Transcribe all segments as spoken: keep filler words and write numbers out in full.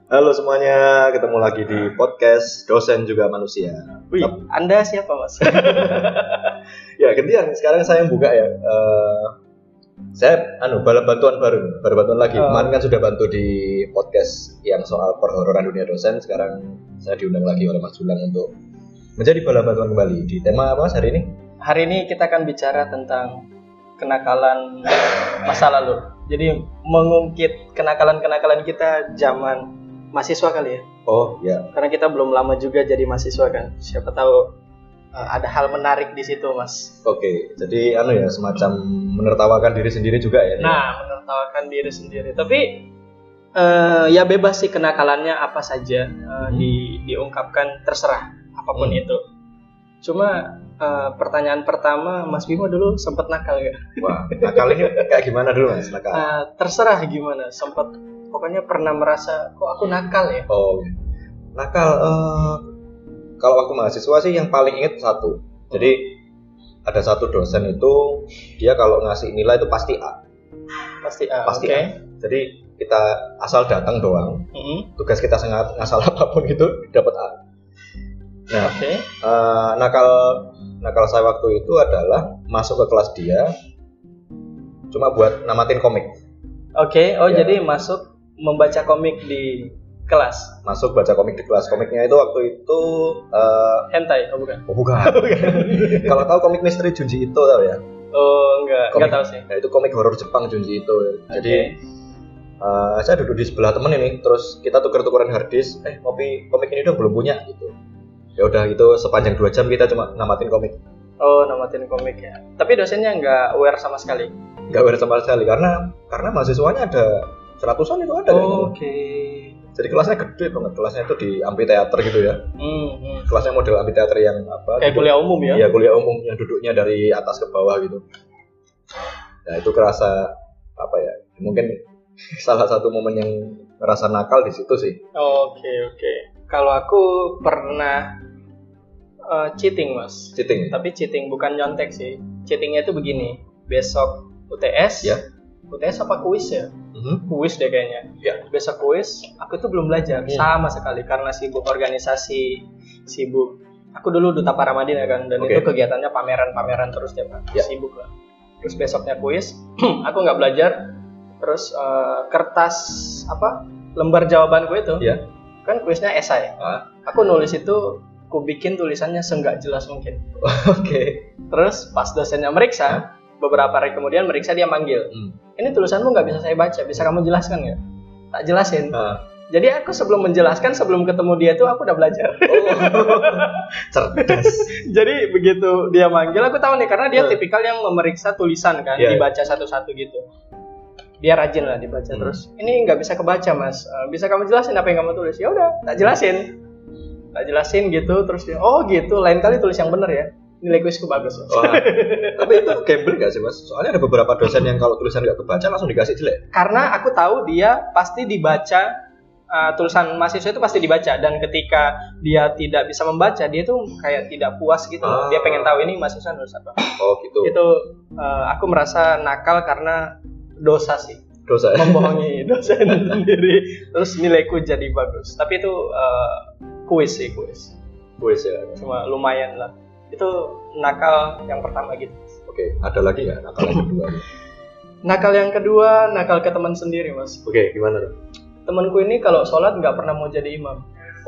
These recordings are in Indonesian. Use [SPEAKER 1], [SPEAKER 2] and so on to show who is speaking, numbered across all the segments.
[SPEAKER 1] Halo semuanya, ketemu lagi di podcast Dosen Juga Manusia.
[SPEAKER 2] Wih, Anda siapa mas?
[SPEAKER 1] Ya gantian, sekarang saya yang buka ya. Uh, saya anu balap bantuan baru, baru bantuan lagi. Oh. Kemarin kan sudah bantu di podcast yang soal perhororan dunia dosen. Sekarang saya diundang lagi oleh Mas Julang untuk menjadi balap bantuan kembali. Di tema apa mas hari ini?
[SPEAKER 2] Hari ini kita akan bicara tentang kenakalan masa lalu. Jadi mengungkit kenakalan-kenakalan kita zaman mahasiswa kali ya.
[SPEAKER 1] Oh ya.
[SPEAKER 2] Karena kita belum lama juga jadi mahasiswa kan. Siapa tahu uh, ada hal menarik di situ mas.
[SPEAKER 1] Oke, jadi anu ya semacam menertawakan diri sendiri juga ya.
[SPEAKER 2] Nah, menertawakan diri sendiri. Tapi uh, ya bebas sih kenakalannya apa saja uh, hmm. di, diungkapkan terserah apapun hmm. itu. Cuma uh, pertanyaan pertama, Mas Bimo dulu sempat nakal gak?
[SPEAKER 1] Wah, nakal ini kayak gimana dulu mas nakal?
[SPEAKER 2] Uh, terserah gimana, sempat pokoknya pernah merasa kok aku nakal ya?
[SPEAKER 1] Oh, nakal. Uh, kalau waktu mahasiswa sih yang paling inget satu. Jadi ada satu dosen itu dia kalau ngasih nilai itu pasti A.
[SPEAKER 2] Pasti A.
[SPEAKER 1] Pasti
[SPEAKER 2] okay.
[SPEAKER 1] A. Jadi kita asal datang doang. Mm-hmm. Tugas kita sangat ngasal apapun gitu dapat A. Nah, okay. uh, nakal nakal saya waktu itu adalah masuk ke kelas dia cuma buat namatin komik.
[SPEAKER 2] Oke, okay. oh ya. Jadi masuk membaca komik di kelas.
[SPEAKER 1] Masuk baca komik di kelas. Komiknya itu waktu itu uh,
[SPEAKER 2] hentai, oh bukan?
[SPEAKER 1] Oh bukan. Kalau tahu komik misteri Junji Ito tahu ya?
[SPEAKER 2] Oh enggak,
[SPEAKER 1] komik,
[SPEAKER 2] enggak tahu sih.
[SPEAKER 1] Nah, itu komik horor Jepang Junji Ito. Jadi
[SPEAKER 2] okay.
[SPEAKER 1] uh, saya duduk di sebelah temen ini, terus kita tuker-tukeran harddisk. Eh, kopi komik ini dong belum punya gitu. Ya udah itu sepanjang dua jam kita cuma namatin komik.
[SPEAKER 2] Oh, namatin komik ya. Tapi dosennya enggak aware sama sekali.
[SPEAKER 1] Enggak aware sama sekali karena karena mahasiswanya ada seratusan itu ada.
[SPEAKER 2] Oh, oke. Okay.
[SPEAKER 1] Jadi kelasnya gede banget, kelasnya itu di amphitheater gitu ya.
[SPEAKER 2] Hmm, hmm.
[SPEAKER 1] Kelasnya model amphitheater yang apa?
[SPEAKER 2] Kayak kuliah umum ya?
[SPEAKER 1] Iya kuliah umum yang duduknya dari atas ke bawah gitu. Nah itu kerasa apa ya? Mungkin salah satu momen yang merasa nakal di situ sih.
[SPEAKER 2] Oke oh, oke. Okay, okay. Kalau aku pernah uh, cheating mas.
[SPEAKER 1] Cheating.
[SPEAKER 2] Tapi cheating bukan nyontek sih. Cheatingnya itu begini. Besok U T S. Ya. U T S apa kuis ya? Mm-hmm. Kuis deh kayaknya. Ya. Besok kuis, aku tuh belum belajar hmm. sama sekali karena sibuk organisasi, sibuk. Aku dulu duta Paramadina kan, dan okay. itu kegiatannya pameran-pameran terus tiap hari. Ya. Sibuk lah. Terus besoknya kuis, aku nggak belajar. Terus uh, kertas apa? Lembar jawabanku itu, ya. Kan kuisnya esai. Ah. Aku nulis itu, aku bikin tulisannya seenggak jelas mungkin.
[SPEAKER 1] Oke. Okay.
[SPEAKER 2] Terus pas dosennya meriksa. Ah. Beberapa hari kemudian meriksa dia manggil. Hmm. Ini tulisanmu nggak bisa saya baca, bisa kamu jelaskan nggak? Tak jelasin. Uh. Jadi aku sebelum menjelaskan, sebelum ketemu dia tuh aku udah belajar. Oh. Cerdas. Jadi begitu dia manggil, aku tahu nih karena dia uh. tipikal yang memeriksa tulisan kan, yeah, dibaca satu-satu gitu. Dia rajin lah dibaca hmm. terus. Ini nggak bisa kebaca mas, uh, bisa kamu jelasin apa yang kamu tulis? Ya udah, tak jelasin, tak jelasin gitu. Terus dia, oh gitu, lain kali tulis yang benar ya. Nilai kuisku bagus mas.
[SPEAKER 1] Wah, tapi itu gambling gak sih mas? Soalnya ada beberapa dosen yang kalau tulisan gak kebaca langsung dikasih jelek.
[SPEAKER 2] Karena aku tahu dia pasti dibaca, uh, tulisan mahasiswa itu pasti dibaca. Dan ketika dia tidak bisa membaca, dia tuh kayak tidak puas gitu. Ah. Dia pengen tahu ini mahasiswa nulis apa.
[SPEAKER 1] Oh gitu.
[SPEAKER 2] Itu uh, aku merasa nakal karena dosa sih.
[SPEAKER 1] Dosa ya?
[SPEAKER 2] Membohongi dosen sendiri. Terus nilaiku jadi bagus. Tapi itu uh, kuis sih, kuis.
[SPEAKER 1] Kuis ya?
[SPEAKER 2] Cuma lumayan lah. Itu nakal yang pertama gitu.
[SPEAKER 1] Oke, ada lagi nggak nakal yang kedua?
[SPEAKER 2] Nakal yang kedua, nakal ke teman sendiri mas.
[SPEAKER 1] Oke, gimana tuh?
[SPEAKER 2] Temanku ini kalau sholat nggak pernah mau jadi imam.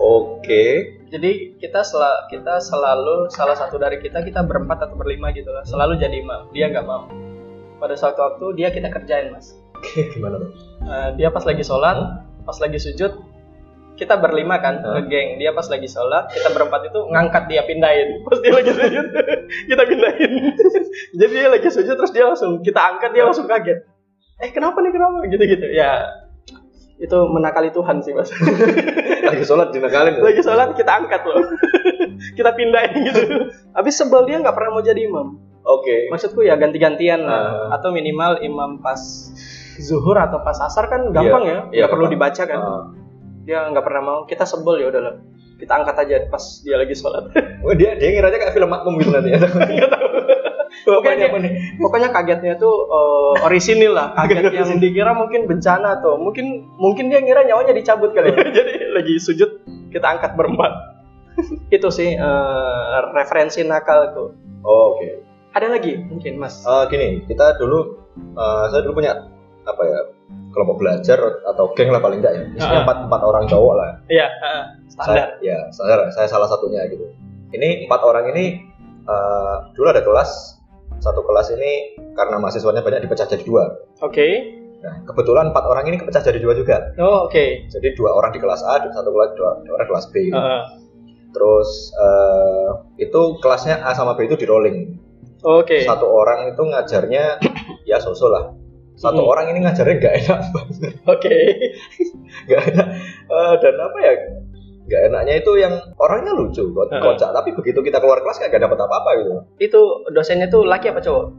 [SPEAKER 1] Oke.
[SPEAKER 2] Jadi kita sel- kita selalu salah satu dari kita kita berempat atau berlima gitu lah, selalu jadi imam. Dia nggak mau. Pada suatu waktu dia kita kerjain mas.
[SPEAKER 1] Oke, gimana tuh?
[SPEAKER 2] Uh, dia pas lagi sholat, hmm? pas lagi sujud. Kita berlima kan, huh? Ngegeng. Dia pas lagi sholat, kita berempat itu ngangkat dia pindahin. Pas dia lagi sujud, kita pindahin. Jadi dia lagi sujud, terus dia langsung, kita angkat, dia langsung kaget. Eh kenapa nih, kenapa? Gitu-gitu. Ya, itu menakali Tuhan sih mas.
[SPEAKER 1] Lagi sholat dinakalin ya?
[SPEAKER 2] Lagi sholat, kita angkat loh. Kita pindahin gitu. Habis sebel dia gak pernah mau jadi imam.
[SPEAKER 1] Oke. Okay.
[SPEAKER 2] Maksudku ya ganti-gantian lah. Uh. Atau minimal imam pas zuhur atau pas asar kan gampang yeah, ya. Gak yeah, perlu dibaca kan. Uh. Dia nggak pernah mau, kita sebel ya udahlah, kita angkat aja pas dia lagi sholat.
[SPEAKER 1] Oh, dia dia ngiranya kayak film makmum gitu nanti ya.
[SPEAKER 2] Pokoknya, pokoknya kagetnya tuh uh, orisinil lah, kaget yang dikira mungkin bencana tuh, mungkin mungkin dia ngira nyawanya dicabut kali ya. Jadi lagi sujud kita angkat berempat. Itu sih uh, referensi nakal tuh.
[SPEAKER 1] Oh, oke. Okay.
[SPEAKER 2] Ada lagi mungkin Mas?
[SPEAKER 1] Uh, gini, kita dulu uh, saya dulu punya apa ya kelompok belajar atau geng lah paling enggak ya. Isinya empat empat orang cowok lah.
[SPEAKER 2] Iya. Uh, standar.
[SPEAKER 1] Saya, ya standar. Saya salah satunya gitu. Ini empat orang ini uh, dulu ada kelas. Satu kelas ini karena mahasiswanya banyak dipecah jadi dua.
[SPEAKER 2] Oke. Okay.
[SPEAKER 1] Nah, kebetulan empat orang ini kepecah jadi dua juga.
[SPEAKER 2] Oh, oke. Okay.
[SPEAKER 1] Jadi dua orang di kelas A, dan satu kelas dua, dua orang di kelas B. Gitu.
[SPEAKER 2] Uh.
[SPEAKER 1] Terus uh, itu kelasnya A sama B itu di rolling.
[SPEAKER 2] Oke. Okay.
[SPEAKER 1] Satu orang itu ngajarnya ya so-so lah. Satu hmm. orang ini ngajarnya nggak enak banget.
[SPEAKER 2] Oke. Okay.
[SPEAKER 1] Nggak enak. Uh, dan apa ya? Gak enaknya itu yang orangnya lucu, kocak, uh-huh. tapi begitu kita keluar kelas gak dapat apa-apa gitu.
[SPEAKER 2] Itu dosennya tuh laki apa cowok?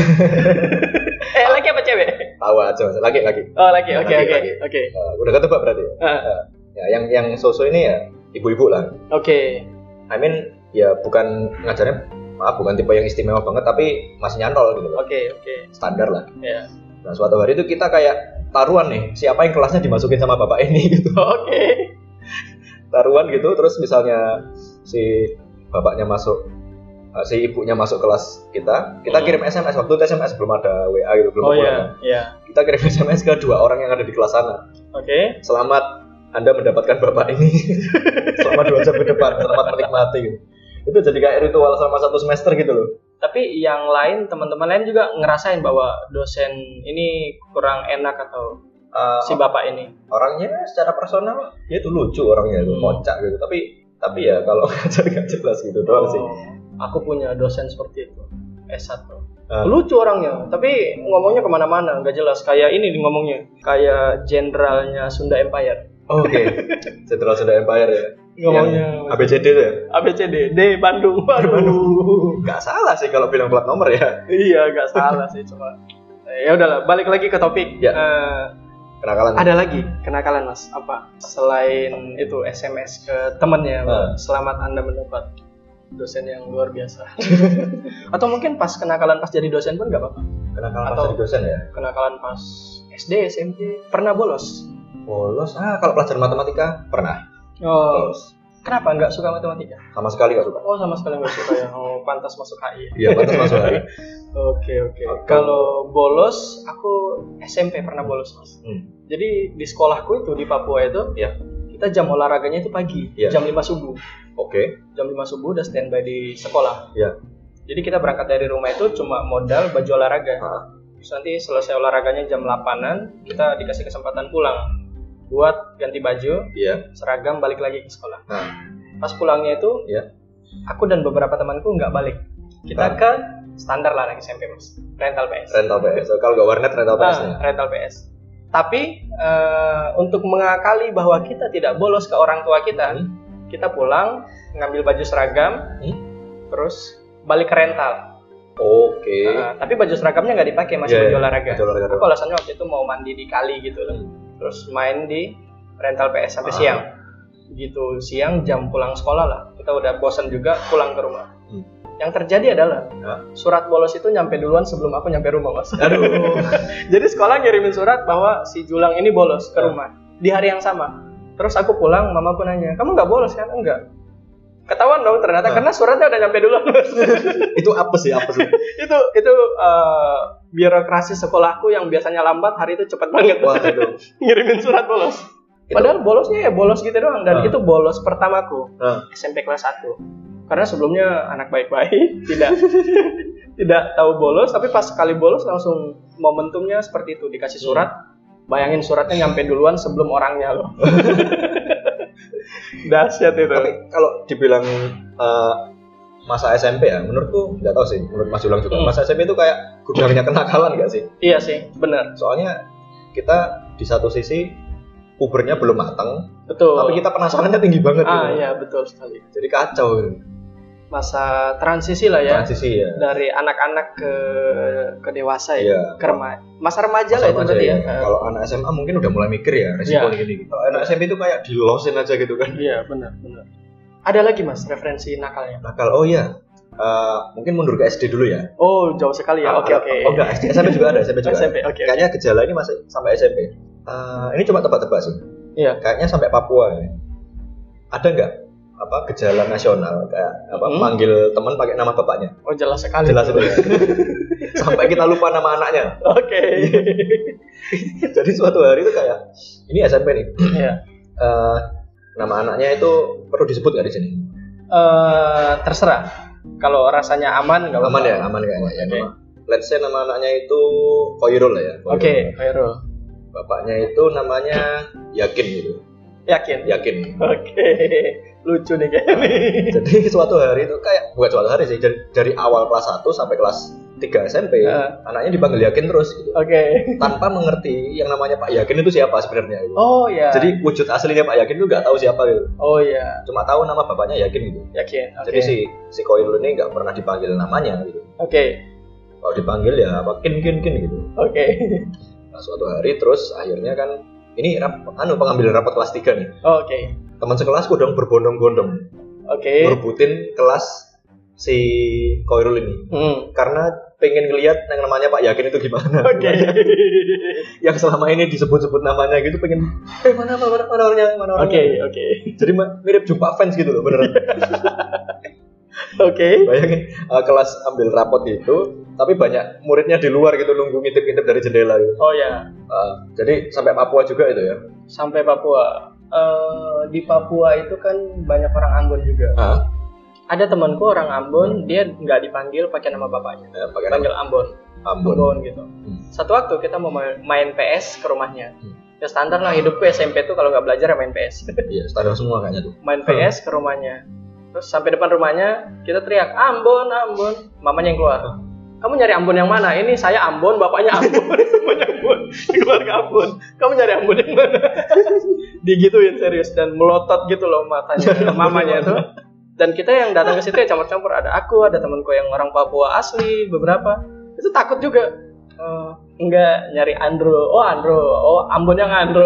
[SPEAKER 2] eh laki apa cewek?
[SPEAKER 1] Tahu aja, laki laki.
[SPEAKER 2] Oh laki, oke oke oke.
[SPEAKER 1] Udah ketebak berarti. Uh. Uh, ya yang yang sosok ini ya ibu-ibu lah.
[SPEAKER 2] Oke. Okay.
[SPEAKER 1] I mean ya bukan ngajarnya, maaf bukan tipe yang istimewa banget, tapi masih nyantol gitu.
[SPEAKER 2] Oke okay, oke. Okay.
[SPEAKER 1] Standar lah.
[SPEAKER 2] Ya. Yeah.
[SPEAKER 1] Nah suatu hari itu kita kayak taruhan nih, siapa yang kelasnya dimasukin sama bapak ini gitu.
[SPEAKER 2] Oke. Okay.
[SPEAKER 1] Taruhan gitu, terus misalnya si bapaknya masuk, uh, si ibunya masuk kelas kita, kita hmm. kirim S M S. Waktu itu S M S belum ada W A gitu, belum
[SPEAKER 2] oh,
[SPEAKER 1] ada.
[SPEAKER 2] Yeah, yeah.
[SPEAKER 1] Kita kirim S M S ke dua orang yang ada di kelas sana.
[SPEAKER 2] Oke. Okay.
[SPEAKER 1] Selamat Anda mendapatkan bapak ini. Selama dua jam ke depan, selamat menikmati. Gitu. Itu jadi kayak ritual selama satu semester gitu loh.
[SPEAKER 2] Tapi yang lain, teman-teman lain juga ngerasain bahwa dosen ini kurang enak atau Uh, si bapak ini
[SPEAKER 1] orangnya secara personal dia tuh lucu orangnya itu hmm. kocak gitu, tapi tapi ya kalau ngajar nggak jelas gitu doang oh, sih.
[SPEAKER 2] Aku punya dosen seperti itu S satu uh. lucu orangnya tapi ngomongnya kemana-mana nggak jelas, kayak ini ngomongnya kayak jenderalnya Sunda Empire.
[SPEAKER 1] Oh, oke. Okay. Jenderal Sunda Empire ya
[SPEAKER 2] ngomongnya
[SPEAKER 1] A B C D tuh ya.
[SPEAKER 2] A B C D D Bandung. Waduh,
[SPEAKER 1] nggak salah sih kalau bilang plat nomor ya.
[SPEAKER 2] Iya nggak salah sih, cuma ya udahlah, balik lagi ke topik ya. uh,
[SPEAKER 1] Kenakalan.
[SPEAKER 2] Ada lagi kenakalan Mas, apa selain itu S M S ke temannya, uh. selamat Anda mendapat dosen yang luar biasa. Atau mungkin pas kenakalan pas jadi dosen pun nggak apa-apa.
[SPEAKER 1] Kenakalan
[SPEAKER 2] atau
[SPEAKER 1] pas jadi dosen ya?
[SPEAKER 2] Kenakalan pas S D S M P pernah bolos?
[SPEAKER 1] Bolos? Ah kalau pelajaran matematika pernah.
[SPEAKER 2] Oh. Bolos. Kenapa nggak suka matematika?
[SPEAKER 1] Sama sekali nggak suka.
[SPEAKER 2] Oh sama sekali nggak suka ya. Oh pantas masuk H I.
[SPEAKER 1] Iya pantas masuk H I.
[SPEAKER 2] Oke oke. Kalau bolos, aku S M P pernah bolos Mas. Hmm. Jadi di sekolahku itu di Papua itu, ya kita jam olahraganya itu pagi, ya. jam lima subuh.
[SPEAKER 1] Oke. Okay.
[SPEAKER 2] Jam lima subuh udah standby di sekolah.
[SPEAKER 1] Ya.
[SPEAKER 2] Jadi kita berangkat dari rumah itu cuma modal baju olahraga. Ha. Terus nanti selesai olahraganya jam delapanan, kita dikasih kesempatan pulang buat ganti baju, yeah. seragam, balik lagi ke sekolah. Nah. Pas pulangnya itu, yeah. aku dan beberapa temanku nggak balik. Kita nah. ke standar lah anak S M P Mas, rental P S.
[SPEAKER 1] Rental P S. So, kalau nggak warnet rental P S.
[SPEAKER 2] Nah, rental P S. Tapi uh, untuk mengakali bahwa kita tidak bolos ke orang tua kita, hmm. kita pulang ngambil baju seragam, hmm. terus balik ke rental.
[SPEAKER 1] Oke. Okay.
[SPEAKER 2] Uh, tapi baju seragamnya nggak dipakai, masih yeah, baju olahraga. Baju olahraga. Aku alasannya waktu itu mau mandi di kali gitu loh. Hmm. Terus main di rental P S sampai ah. siang. Begitu siang jam pulang sekolah lah. Kita udah bosan juga pulang ke rumah. Hmm. Yang terjadi adalah ya. Surat bolos itu nyampe duluan sebelum aku nyampe rumah Mas. Aduh. Jadi sekolah ngirimin surat bahwa si Julang ini bolos ke rumah di hari yang sama. Terus aku pulang, mamaku nanya, kamu nggak bolos kan? Enggak. Ketahuan dong ternyata nah. karena suratnya udah nyampe duluan.
[SPEAKER 1] Itu apa sih? Apa sih?
[SPEAKER 2] itu itu uh, birokrasi sekolahku yang biasanya lambat, hari itu cepat banget.
[SPEAKER 1] Wah, itu.
[SPEAKER 2] Ngirimin surat bolos. Itu. Padahal bolosnya ya bolos gitu doang, dan uh. itu bolos pertamaku uh. S M P kelas satu. Karena sebelumnya anak baik-baik, tidak tidak tahu bolos, tapi pas sekali bolos langsung momentumnya seperti itu, dikasih surat. Bayangin suratnya nyampe duluan sebelum orangnya loh. Dahsyat itu. Tapi
[SPEAKER 1] kalau dibilang uh, masa S M P ya, menurutku nggak tahu sih, menurut Mas Julang juga. Hmm. Masa S M P itu kayak gudangnya kenakalan nggak sih?
[SPEAKER 2] Iya sih, benar.
[SPEAKER 1] Soalnya kita di satu sisi pubernya belum matang,
[SPEAKER 2] betul.
[SPEAKER 1] Tapi kita penasarannya tinggi banget.
[SPEAKER 2] Ah
[SPEAKER 1] gitu.
[SPEAKER 2] Iya betul sekali.
[SPEAKER 1] Jadi kacau.
[SPEAKER 2] Masa transisi lah ya.
[SPEAKER 1] Transisi ya.
[SPEAKER 2] Dari anak-anak ke ke dewasa ya.
[SPEAKER 1] Iya.
[SPEAKER 2] Ke remaja. Masa remaja masa lah itu tadi ya. ya.
[SPEAKER 1] Kalau anak S M A mungkin udah mulai mikir ya resiko ya. Gini. Kalau anak S M P itu kayak dilosin aja gitu kan.
[SPEAKER 2] Iya benar benar. Ada lagi Mas referensi nakalnya?
[SPEAKER 1] Nakal, oh iya. Uh, mungkin mundur ke S D dulu ya.
[SPEAKER 2] Oh, jauh sekali ya. Oke, uh, oke. Okay, okay.
[SPEAKER 1] Oh, enggak, S D, S M P juga ada, S M P juga.
[SPEAKER 2] S M P, oke. Okay,
[SPEAKER 1] kayaknya okay. Gejala ini masih sampai S M P. Uh, ini cuma tebak-tebak sih.
[SPEAKER 2] Iya.
[SPEAKER 1] Kayaknya sampai Papua ya. Ada enggak apa gejala nasional kayak apa hmm? manggil teman pakai nama bapaknya?
[SPEAKER 2] Oh, jelas sekali.
[SPEAKER 1] Jelas itu. Sampai kita lupa nama anaknya.
[SPEAKER 2] Oke. Okay.
[SPEAKER 1] Jadi suatu hari itu kayak ini S M P nih.
[SPEAKER 2] Iya.
[SPEAKER 1] Uh, nama anaknya itu perlu disebut nggak di sini?
[SPEAKER 2] Uh, terserah. Kalau rasanya aman nggak
[SPEAKER 1] aman ya, aman kayaknya ya. Nama, let's say nama anaknya itu Khairul lah ya.
[SPEAKER 2] Oke, okay, Khairul.
[SPEAKER 1] Bapaknya itu namanya Yakin gitu.
[SPEAKER 2] Yakin.
[SPEAKER 1] Yakin.
[SPEAKER 2] Oke. Okay. Lucu nih kayaknya.
[SPEAKER 1] Jadi suatu hari itu kayak bukan suatu hari sih, dari, dari awal kelas satu sampai kelas tiga S M P, uh. anaknya dipanggil Yakin terus gitu.
[SPEAKER 2] Oke. Okay.
[SPEAKER 1] Tanpa mengerti yang namanya Pak Yakin itu siapa sebenarnya gitu.
[SPEAKER 2] Oh iya.
[SPEAKER 1] Jadi wujud aslinya Pak Yakin itu nggak tahu siapa gitu.
[SPEAKER 2] Oh iya.
[SPEAKER 1] Cuma tahu nama bapaknya Yakin gitu.
[SPEAKER 2] Yakin. Okay.
[SPEAKER 1] Jadi si si Khairul ini nggak pernah dipanggil namanya gitu.
[SPEAKER 2] Oke. Okay.
[SPEAKER 1] Kalau dipanggil ya apa Kin Kin Kin gitu.
[SPEAKER 2] Oke. Okay.
[SPEAKER 1] Nah, suatu hari terus akhirnya kan ini rap, anu pengambilan rapat kelas tiga nih.
[SPEAKER 2] Oh, oke. Okay.
[SPEAKER 1] Teman sekelasku dong berbondong-bondong.
[SPEAKER 2] Oke. Okay.
[SPEAKER 1] Merebutin kelas si Khairul ini.
[SPEAKER 2] Hmm.
[SPEAKER 1] Karena pengen ngelihat yang namanya Pak Yakin itu gimana.
[SPEAKER 2] Oke. Okay.
[SPEAKER 1] Yang selama ini disebut-sebut namanya gitu pengen eh mana mana mana orangnya mana orangnya.
[SPEAKER 2] Oke, okay, oke. Okay.
[SPEAKER 1] Jadi mirip jumpa fans gitu loh beneran.
[SPEAKER 2] Oke. Okay.
[SPEAKER 1] Bayangin uh, kelas ambil rapot gitu, tapi banyak muridnya di luar gitu nunggu ngintip-ngintip dari jendela gitu.
[SPEAKER 2] Oh ya.
[SPEAKER 1] Uh, jadi sampai Papua juga itu ya.
[SPEAKER 2] Sampai Papua. Uh, di Papua itu kan banyak orang Ambon juga.
[SPEAKER 1] Uh.
[SPEAKER 2] Ada temanku orang Ambon, dia nggak dipanggil pakai nama bapaknya, ya, pakai panggil Ambon.
[SPEAKER 1] Ambon,
[SPEAKER 2] Ambon gitu. Hmm. Satu waktu kita mau main P S ke rumahnya. Hmm. Ya standar lah hidupku S M P tuh kalau nggak belajar ya main P S.
[SPEAKER 1] Iya standar semua kayaknya tuh.
[SPEAKER 2] Main P S ke rumahnya. Terus sampai depan rumahnya kita teriak Ambon, Ambon. Mamanya yang keluar. Kamu nyari Ambon yang mana? Ini saya Ambon, bapaknya Ambon. Semuanya Ambon. Keluar ke Ambon. Kamu nyari Ambon yang mana? Digituin serius dan melotot gitu loh matanya mamanya itu. Dan kita yang datang ke situ ya campur-campur, ada aku, ada temanku yang orang Papua asli beberapa. Itu takut juga. Uh, enggak nyari Andro. Oh Andro. Oh Ambon yang Andro.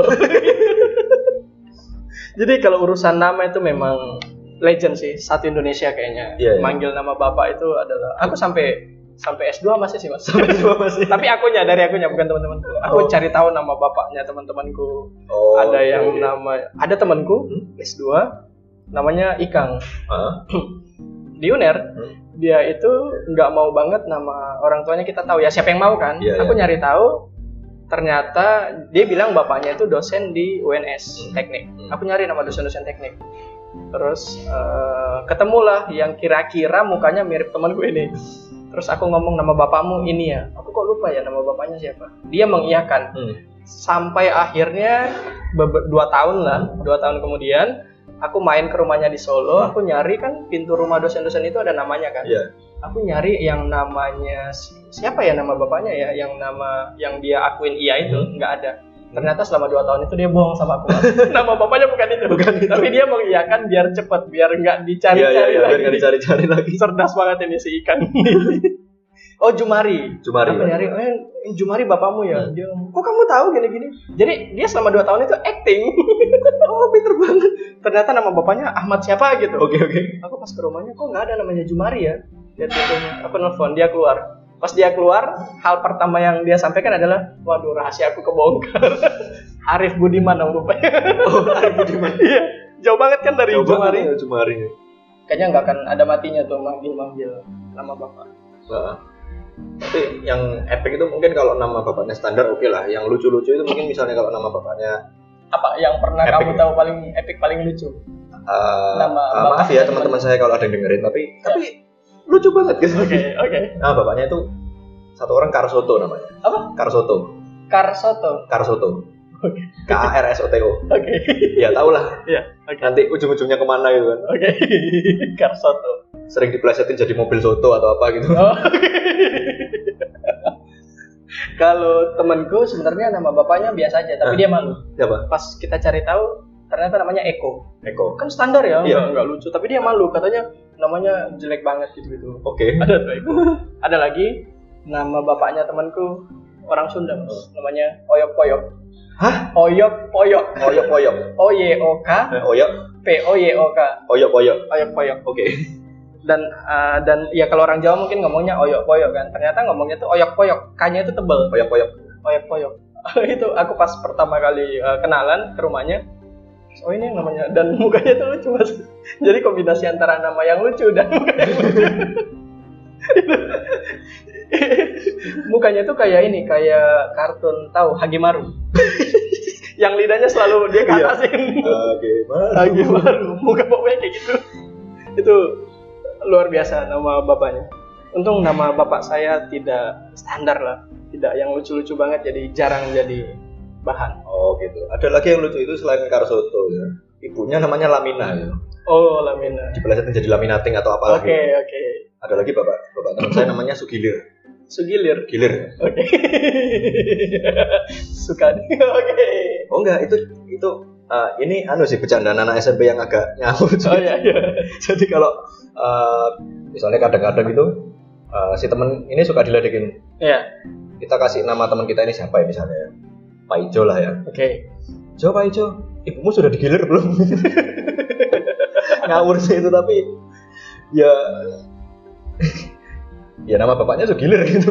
[SPEAKER 2] Jadi kalau urusan nama itu memang legend sih satu Indonesia kayaknya. Yeah, yeah. Manggil nama bapak itu adalah aku sampai sampai S dua masih sih Mas. Sampai S dua masih. Tapi akunya dari akunya bukan teman-temanku. Aku oh. cari tahu nama bapaknya teman-temanku. Oh, ada okay. yang nama ada temanku hmm? S dua namanya Ikang. Huh? Di U N E R hmm? dia itu nggak mau banget nama orang tuanya kita tahu ya, siapa yang mau kan. Yeah, aku yeah. nyari tahu ternyata dia bilang bapaknya itu dosen di U N S hmm. teknik. hmm. Aku nyari nama dosen-dosen teknik, terus uh, ketemulah yang kira-kira mukanya mirip temanku ini. Terus aku ngomong nama bapakmu ini ya, aku kok lupa ya nama bapaknya siapa. Dia mengiyakan. hmm. Sampai akhirnya be- dua tahun lah dua tahun kemudian aku main ke rumahnya di Solo, aku nyari kan pintu rumah dosen-dosen itu ada namanya kan. Yeah. Aku nyari yang namanya siapa ya nama bapaknya ya, yang nama yang dia akuin iya itu nggak hmm. ada. Ternyata selama dua tahun itu dia bohong sama aku. Nama bapaknya bukan itu, bukan itu. Tapi dia mengiyakan biar cepet, biar nggak dicari-cari yeah, yeah, yeah, lagi. Biar nggak dicari-cari lagi. Cerdas banget ini si Ikan. Oh Jumari.
[SPEAKER 1] Jumari.
[SPEAKER 2] Aku nyari, eh Jumari bapakmu ya. Hmm. Dia, kok kamu tahu gini-gini? Jadi dia selama dua tahun itu acting. Oh pinter banget. Ternyata nama bapaknya Ahmad siapa gitu.
[SPEAKER 1] Oke okay, oke. Okay.
[SPEAKER 2] Aku pas ke rumahnya, kok nggak ada namanya Jumari ya? Lihat pintunya. Aku nelfon, dia keluar. Pas dia keluar, hal pertama yang dia sampaikan adalah, waduh rahasia aku kebongkar. Arif Budiman nama bapaknya. Oh Arif Budiman. Iya. Jauh banget kan dari Jauh Jumari.
[SPEAKER 1] Ya, Jumari.
[SPEAKER 2] Kayaknya nggak akan ada matinya tuh manggil-manggil nama bapak.
[SPEAKER 1] Nah. Tapi yang epic itu mungkin kalau nama bapaknya standar oke okay lah. Yang lucu-lucu itu mungkin misalnya kalau nama bapaknya
[SPEAKER 2] apa yang pernah epic. Kamu tahu paling epic paling lucu?
[SPEAKER 1] Uh, nama uh, maaf ya teman-teman saya kalau ada yang dengerin tapi ya. Tapi lucu banget gitu.
[SPEAKER 2] Oke okay, oke. Okay.
[SPEAKER 1] Nah bapaknya itu satu orang Karsoto namanya.
[SPEAKER 2] Apa?
[SPEAKER 1] Karsoto.
[SPEAKER 2] Karsoto.
[SPEAKER 1] Karsoto.
[SPEAKER 2] Oke. Okay.
[SPEAKER 1] K A R S O T O.
[SPEAKER 2] Oke. Okay.
[SPEAKER 1] Ya tau lah.
[SPEAKER 2] Iya. Okay.
[SPEAKER 1] Nanti ujung-ujungnya kemana gitu kan?
[SPEAKER 2] Oke. Okay. Karsoto.
[SPEAKER 1] Sering diplesetin jadi mobil soto atau apa gitu.
[SPEAKER 2] Oh, okay. Kalau temanku sebenarnya nama bapaknya biasa aja, tapi ah, dia malu.
[SPEAKER 1] Siapa?
[SPEAKER 2] Pas kita cari tahu, ternyata namanya Eko.
[SPEAKER 1] Eko.
[SPEAKER 2] Kan standar ya,
[SPEAKER 1] iya.
[SPEAKER 2] nggak lucu. Tapi dia malu, katanya namanya jelek banget gitu-gitu.
[SPEAKER 1] Oke. Okay.
[SPEAKER 2] Ada tuh Eko. Ada lagi nama bapaknya temanku orang Sunda, oh. namanya Oyok Poyok.
[SPEAKER 1] Hah?
[SPEAKER 2] Oyok Poyok.
[SPEAKER 1] Oyok Poyok.
[SPEAKER 2] O Y O K.
[SPEAKER 1] Eh, Oyok.
[SPEAKER 2] P O Y O K.
[SPEAKER 1] Oyok Poyok.
[SPEAKER 2] Oyok Poyok.
[SPEAKER 1] Oke. Okay.
[SPEAKER 2] dan uh, dan ya kalau orang Jawa mungkin ngomongnya oyok-poyok kan. Ternyata ngomongnya tuh oyok-poyok, K-nya itu tebel.
[SPEAKER 1] Oyok-poyok.
[SPEAKER 2] Oyok-poyok. Itu aku pas pertama kali uh, kenalan ke rumahnya. Oh ini yang namanya, dan mukanya tuh lucu mas. Jadi kombinasi antara nama yang lucu dan muka yang lucu. Mukanya tuh kayak ini, kayak kartun tahu Hagimaru. Yang lidahnya selalu dia ke atasin.
[SPEAKER 1] Hagimaru.
[SPEAKER 2] Hagimaru. Muka pokoknya kayak gitu. Itu luar biasa nama bapaknya. Untung nama bapak saya tidak standar lah, tidak yang lucu-lucu banget, jadi jarang jadi bahan.
[SPEAKER 1] Oh gitu. Ada lagi yang lucu itu selain Karsoto ya. Ibunya namanya Lamina ya.
[SPEAKER 2] Oh Lamina.
[SPEAKER 1] Dipelesetin jadi Laminating atau apa lagi.
[SPEAKER 2] Oke okay, oke. Okay.
[SPEAKER 1] Ada lagi bapak, bapak teman saya namanya Sugilir.
[SPEAKER 2] Sugilir.
[SPEAKER 1] Gilir.
[SPEAKER 2] Oke. Okay. Suka. Oke. Okay.
[SPEAKER 1] Oh enggak, itu itu uh, ini anu sih bercandaan anak S M P yang agak ngawur.
[SPEAKER 2] Oh iya iya.
[SPEAKER 1] Jadi kalau uh, misalnya kadang-kadang gitu uh, si temen ini suka diledekin.
[SPEAKER 2] Iya.
[SPEAKER 1] Kita kasih nama teman kita ini siapa ya misalnya? Pak Ijo lah ya.
[SPEAKER 2] Oke. Okay.
[SPEAKER 1] Jo Pak Ijo, ibumu sudah digilir belum? Ngawur sih itu tapi ya ya nama bapaknya Sugilir gitu.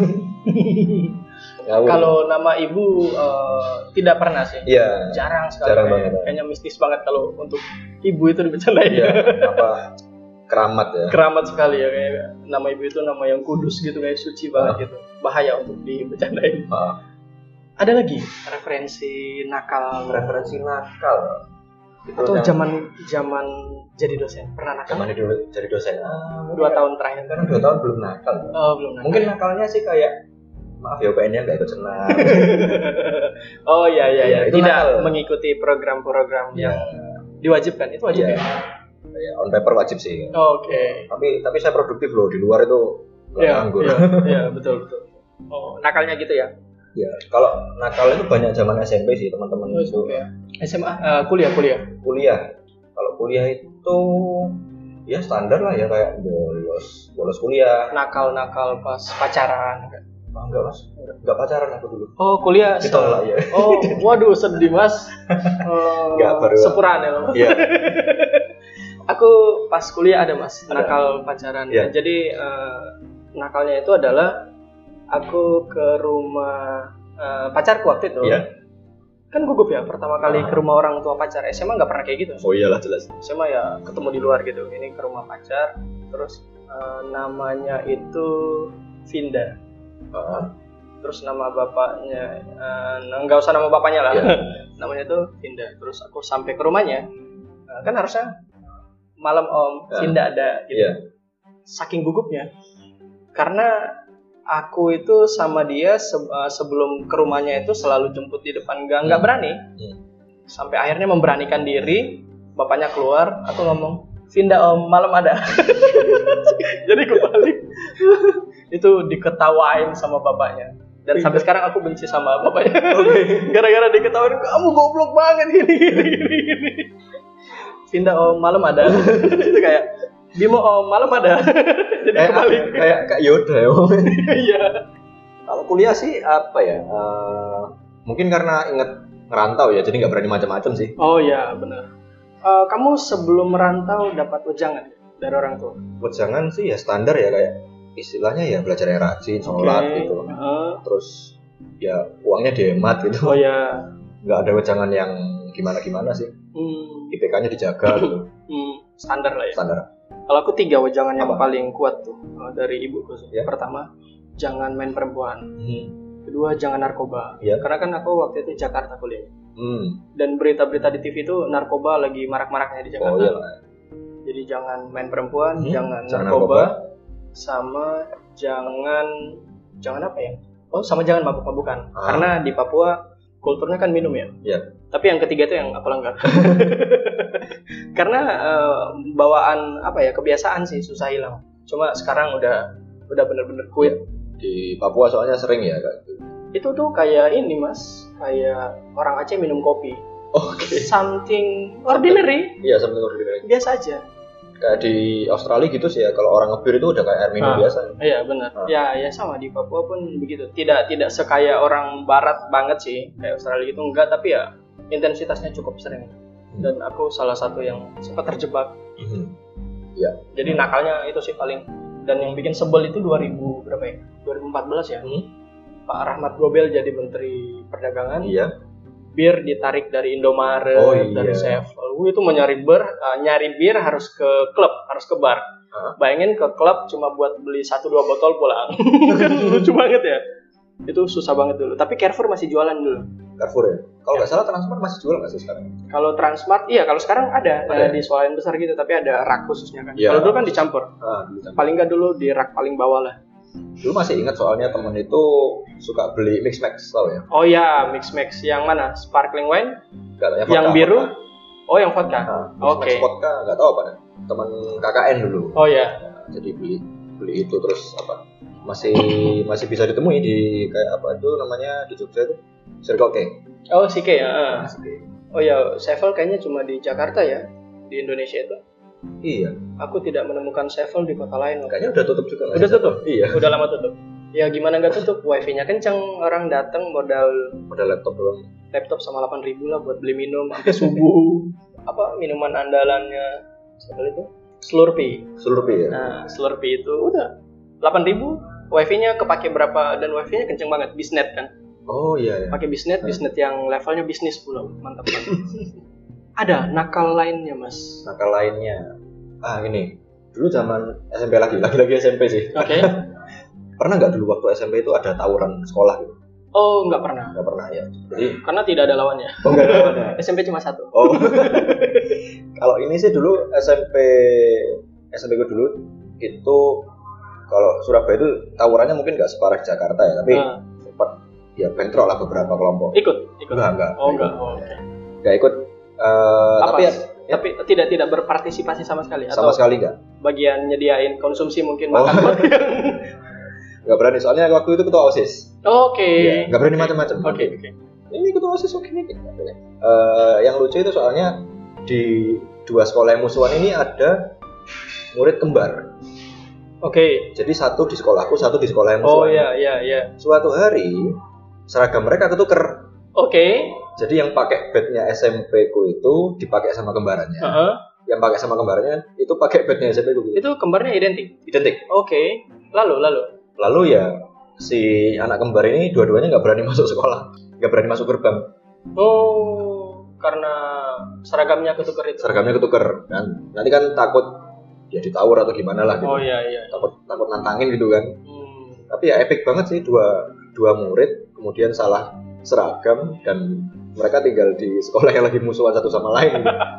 [SPEAKER 2] Kalau nama ibu uh, tidak pernah sih.
[SPEAKER 1] Iya.
[SPEAKER 2] Jarang sekali.
[SPEAKER 1] Jarang
[SPEAKER 2] kayak,
[SPEAKER 1] banget.
[SPEAKER 2] Kayaknya mistis banget kalau untuk ibu itu dibicarain.
[SPEAKER 1] Iya. Apa keramat ya?
[SPEAKER 2] Keramat sekali ya kayak nama ibu itu nama yang kudus gitu, kayak suci banget ah. gitu. Bahaya untuk dibicarain. Ah. Ada lagi referensi nakal.
[SPEAKER 1] Referensi nakal.
[SPEAKER 2] Itu atau zaman zaman jadi dosen pernah nakal?
[SPEAKER 1] Zaman dulu jadi dosen. Ah,
[SPEAKER 2] dua tahun terakhir.
[SPEAKER 1] Karena dua tahun belum nakal.
[SPEAKER 2] Oh belum nakal.
[SPEAKER 1] Mungkin nakalnya sih kayak maaf ya U P N-nya nggak ikut senam.
[SPEAKER 2] Oh iya iya iya.
[SPEAKER 1] Itu
[SPEAKER 2] tidak
[SPEAKER 1] nakal.
[SPEAKER 2] Mengikuti program-program yang diwajibkan, itu wajib ya.
[SPEAKER 1] Ya, on paper wajib sih.
[SPEAKER 2] Oh, Oke. Okay.
[SPEAKER 1] Tapi tapi saya produktif loh, di luar itu nggak
[SPEAKER 2] ya,
[SPEAKER 1] nganggur.
[SPEAKER 2] Iya ya, betul betul. Oh nakalnya gitu ya?
[SPEAKER 1] Ya kalau nakal itu banyak zaman S M P sih teman-teman
[SPEAKER 2] oh,
[SPEAKER 1] itu.
[SPEAKER 2] Ya. S M A uh, kuliah kuliah.
[SPEAKER 1] Kuliah. Kalau kuliah itu ya standar lah ya kayak bolos bolos kuliah.
[SPEAKER 2] Nakal-nakal pas pacaran.
[SPEAKER 1] Oh, enggak mas, enggak pacaran aku dulu.
[SPEAKER 2] Oh kuliah.
[SPEAKER 1] Ditolak ya.
[SPEAKER 2] Oh waduh sedih mas. Uh,
[SPEAKER 1] enggak baru.
[SPEAKER 2] Sepuran ya mas. Iya. Aku pas kuliah ada mas ada. Nakal pacaran. Ya. Jadi uh, nakalnya itu adalah aku ke rumah uh, pacarku waktu itu. Iya. Kan gugup ya pertama kali ah. ke rumah orang tua pacar. S M A nggak pernah kayak gitu.
[SPEAKER 1] Oh iyalah jelas.
[SPEAKER 2] S M A ya ketemu di luar gitu. Ini ke rumah pacar. Terus uh, namanya itu Vinda. Uh, terus nama bapaknya nggak uh, usah nama bapaknya lah. Yeah. Namanya tuh Vinda. Terus aku sampai ke rumahnya. Uh, kan harusnya malam om yeah. Vinda ada gitu. Yeah. Saking gugupnya. Karena aku itu sama dia se- sebelum ke rumahnya itu selalu jemput di depan gang, nggak hmm. berani. Hmm. Sampai akhirnya memberanikan diri, bapaknya keluar, aku ngomong, Vinda om, malam ada. Jadi kebalik. Itu diketawain sama bapaknya. Dan Vinda. Sampai sekarang aku benci sama bapaknya. Okay. Gara-gara diketawain, kamu goblok banget gini gini gini. Vinda om, malam ada. Itu kayak Bimo om, malam ada. Jadi
[SPEAKER 1] kayak,
[SPEAKER 2] kebalik.
[SPEAKER 1] Kayak Kak Yoda ya.
[SPEAKER 2] Iya.
[SPEAKER 1] Kalau kuliah sih apa ya? Uh, mungkin karena inget ngerantau ya, jadi nggak berani macam-macam sih.
[SPEAKER 2] Oh iya benar. Uh, kamu sebelum merantau dapat wejangan dari orang tua?
[SPEAKER 1] Wejangan sih ya standar ya kayak istilahnya ya belajar yang rajin, sholat okay. gitu. Uh-huh. Terus ya uangnya dihemat gitu.
[SPEAKER 2] Oh ya.
[SPEAKER 1] Nggak ada wejangan yang gimana-gimana sih. Hmm. I P K-nya dijaga gitu.
[SPEAKER 2] Hmm. Standar lah ya.
[SPEAKER 1] Standar.
[SPEAKER 2] Kalau aku tiga wejangan yang apa? Paling kuat tuh dari ibuku. Ya? Pertama, jangan main perempuan. Hmm. Kedua, jangan narkoba. Ya? Karena kan aku waktu itu di Jakarta kuliah. Hmm. Dan berita-berita di T V itu narkoba lagi marak-maraknya di Jakarta. Oh, iya. Jadi jangan main perempuan, hmm. jangan, jangan narkoba, narkoba, sama jangan jangan apa ya? Oh, sama jangan mabuk-mabukan. Ah. Karena di Papua kulturnya kan minum ya. Ya. Tapi yang ketiga itu yang aku langgar. Karena uh, bawaan apa ya kebiasaan sih susah hilang. Cuma sekarang udah udah bener-bener quit.
[SPEAKER 1] Di Papua soalnya sering ya kak.
[SPEAKER 2] Itu tuh kayak ini mas, kayak orang Aceh minum kopi.
[SPEAKER 1] Oke. Okay.
[SPEAKER 2] Something ordinary.
[SPEAKER 1] Iya something ordinary.
[SPEAKER 2] Biasa aja.
[SPEAKER 1] Kayak di Australia gitu sih ya, kalau orang ngebir itu udah kayak air minum ah, biasa.
[SPEAKER 2] Iya benar. Ah. Ya ya sama di Papua pun begitu. Tidak tidak sekaya orang Barat banget sih kayak Australia itu enggak, tapi ya intensitasnya cukup sering. Dan aku salah satu yang sempat terjebak. Mm-hmm.
[SPEAKER 1] Iya.
[SPEAKER 2] Jadi nakalnya itu sih paling. Dan yang bikin sebel itu dua ribu berapa ya? dua ribu empat belas ya. Hmm? Pak Rahmat Gobel jadi Menteri Perdagangan.
[SPEAKER 1] Iya.
[SPEAKER 2] Bir ditarik dari Indomaret,
[SPEAKER 1] oh, iya.
[SPEAKER 2] dari Sevel. Itu mau nyari bir, uh, nyari bir harus ke klub, harus ke bar. Huh? Bayangin ke klub cuma buat beli satu dua botol pulang. Lucu banget ya. Itu susah banget dulu. Tapi Carrefour masih jualan dulu.
[SPEAKER 1] Carrefour ya? Kalau nggak ya. salah Transmart masih jual nggak sih sekarang?
[SPEAKER 2] Kalau Transmart, iya. Kalau sekarang ada, ada di swalayan besar gitu. Tapi ada rak khususnya kan. Ya. Kalau dulu kan dicampur. Ah, dicampur. Paling nggak dulu di rak paling bawah lah.
[SPEAKER 1] Dulu masih ingat soalnya temen itu suka beli mix max, tau ya?
[SPEAKER 2] Oh ya, mix max yang mana? Sparkling wine?
[SPEAKER 1] Gak, ya,
[SPEAKER 2] yang
[SPEAKER 1] vodka,
[SPEAKER 2] biru?
[SPEAKER 1] Vodka.
[SPEAKER 2] Oh, yang vodka.
[SPEAKER 1] Nah, Oke. Okay. Vodka nggak tahu apa nih. Teman K K N dulu.
[SPEAKER 2] Oh ya.
[SPEAKER 1] Nah, jadi beli beli itu terus apa? Masih masih bisa ditemui di kayak apa itu namanya di Jogja itu Circle K.
[SPEAKER 2] Oh, C K ya.
[SPEAKER 1] Nah, C K.
[SPEAKER 2] Oh ya, Sevel kayaknya cuma di Jakarta ya, di Indonesia itu.
[SPEAKER 1] Iya.
[SPEAKER 2] Aku tidak menemukan Sevel di kota lain.
[SPEAKER 1] Kayaknya udah tutup juga.
[SPEAKER 2] Udah tutup?
[SPEAKER 1] Iya.
[SPEAKER 2] Udah lama tutup. Ya gimana nggak tutup, wifi-nya kenceng, orang datang modal
[SPEAKER 1] modal laptop doang.
[SPEAKER 2] Laptop sama delapan ribu lah buat beli minum sampai subuh. Apa minuman andalannya Sevel itu? Slurpee.
[SPEAKER 1] Slurpee ya.
[SPEAKER 2] Nah, Slurpee itu udah delapan ribu, wifi-nya kepake berapa dan wifi-nya kenceng banget, bisnet kan.
[SPEAKER 1] Oh iya iya.
[SPEAKER 2] Pakai bisnet, bisnet yang levelnya bisnis pula, mantap banget. Ada nakal lainnya, Mas.
[SPEAKER 1] Nakal lainnya. Ah, ini. Dulu zaman S M P lagi, lagi-lagi S M P sih.
[SPEAKER 2] Oke. Okay.
[SPEAKER 1] Pernah nggak dulu waktu S M P itu ada tawuran sekolah gitu?
[SPEAKER 2] Oh, nggak pernah.
[SPEAKER 1] Nggak pernah ya. Jadi
[SPEAKER 2] karena tidak ada lawannya.
[SPEAKER 1] Oh, nggak ada lawannya.
[SPEAKER 2] S M P cuma satu.
[SPEAKER 1] Oh. Kalau ini sih dulu S M P S M P gue dulu itu kalau Surabaya itu tawurannya mungkin nggak separah Jakarta ya, tapi uh. sempat ya bentrok lah beberapa kelompok.
[SPEAKER 2] Ikut, ikut.
[SPEAKER 1] Enggak, enggak.
[SPEAKER 2] Oh, enggak. Oh, oke. Okay.
[SPEAKER 1] Enggak ikut. Uh, tapi ya,
[SPEAKER 2] ya, tapi tidak tidak berpartisipasi sama sekali
[SPEAKER 1] sama
[SPEAKER 2] atau
[SPEAKER 1] sekali enggak.
[SPEAKER 2] Bagian nyediain konsumsi mungkin
[SPEAKER 1] oh.
[SPEAKER 2] makan buat yang
[SPEAKER 1] enggak berani soalnya waktu itu ketua OSIS.
[SPEAKER 2] Oke. Okay.
[SPEAKER 1] Ya, enggak berani macam-macam.
[SPEAKER 2] Oke, okay, oke. Okay.
[SPEAKER 1] Ini ketua OSIS oke nih. Uh, yang lucu itu soalnya di dua sekolah yang musuhan ini ada murid kembar.
[SPEAKER 2] Oke. Okay.
[SPEAKER 1] Jadi satu di sekolahku, satu di sekolah yang musuhan.
[SPEAKER 2] Oh iya iya iya.
[SPEAKER 1] Suatu hari seragam mereka ketuker.
[SPEAKER 2] Oke. Okay.
[SPEAKER 1] Jadi yang pakai badge-nya S M P ku itu dipakai sama kembarannya.
[SPEAKER 2] Uh-huh.
[SPEAKER 1] Yang pakai sama kembarannya itu pakai badge-nya S M P ku.
[SPEAKER 2] Itu kembarnya identik.
[SPEAKER 1] Identik.
[SPEAKER 2] Oke. Okay. Lalu lalu.
[SPEAKER 1] Lalu ya si anak kembar ini dua-duanya nggak berani masuk sekolah, nggak berani masuk gerbang.
[SPEAKER 2] Oh, karena seragamnya ketuker itu.
[SPEAKER 1] Seragamnya ketuker kan. Nanti kan takut ya ditawur atau gimana lah gitu.
[SPEAKER 2] Oh iya iya.
[SPEAKER 1] Takut takut nantangin gitu kan.
[SPEAKER 2] Hmm.
[SPEAKER 1] Tapi ya epic banget sih dua dua murid kemudian salah seragam dan mereka tinggal di sekolah yang lagi musuhan satu sama lain.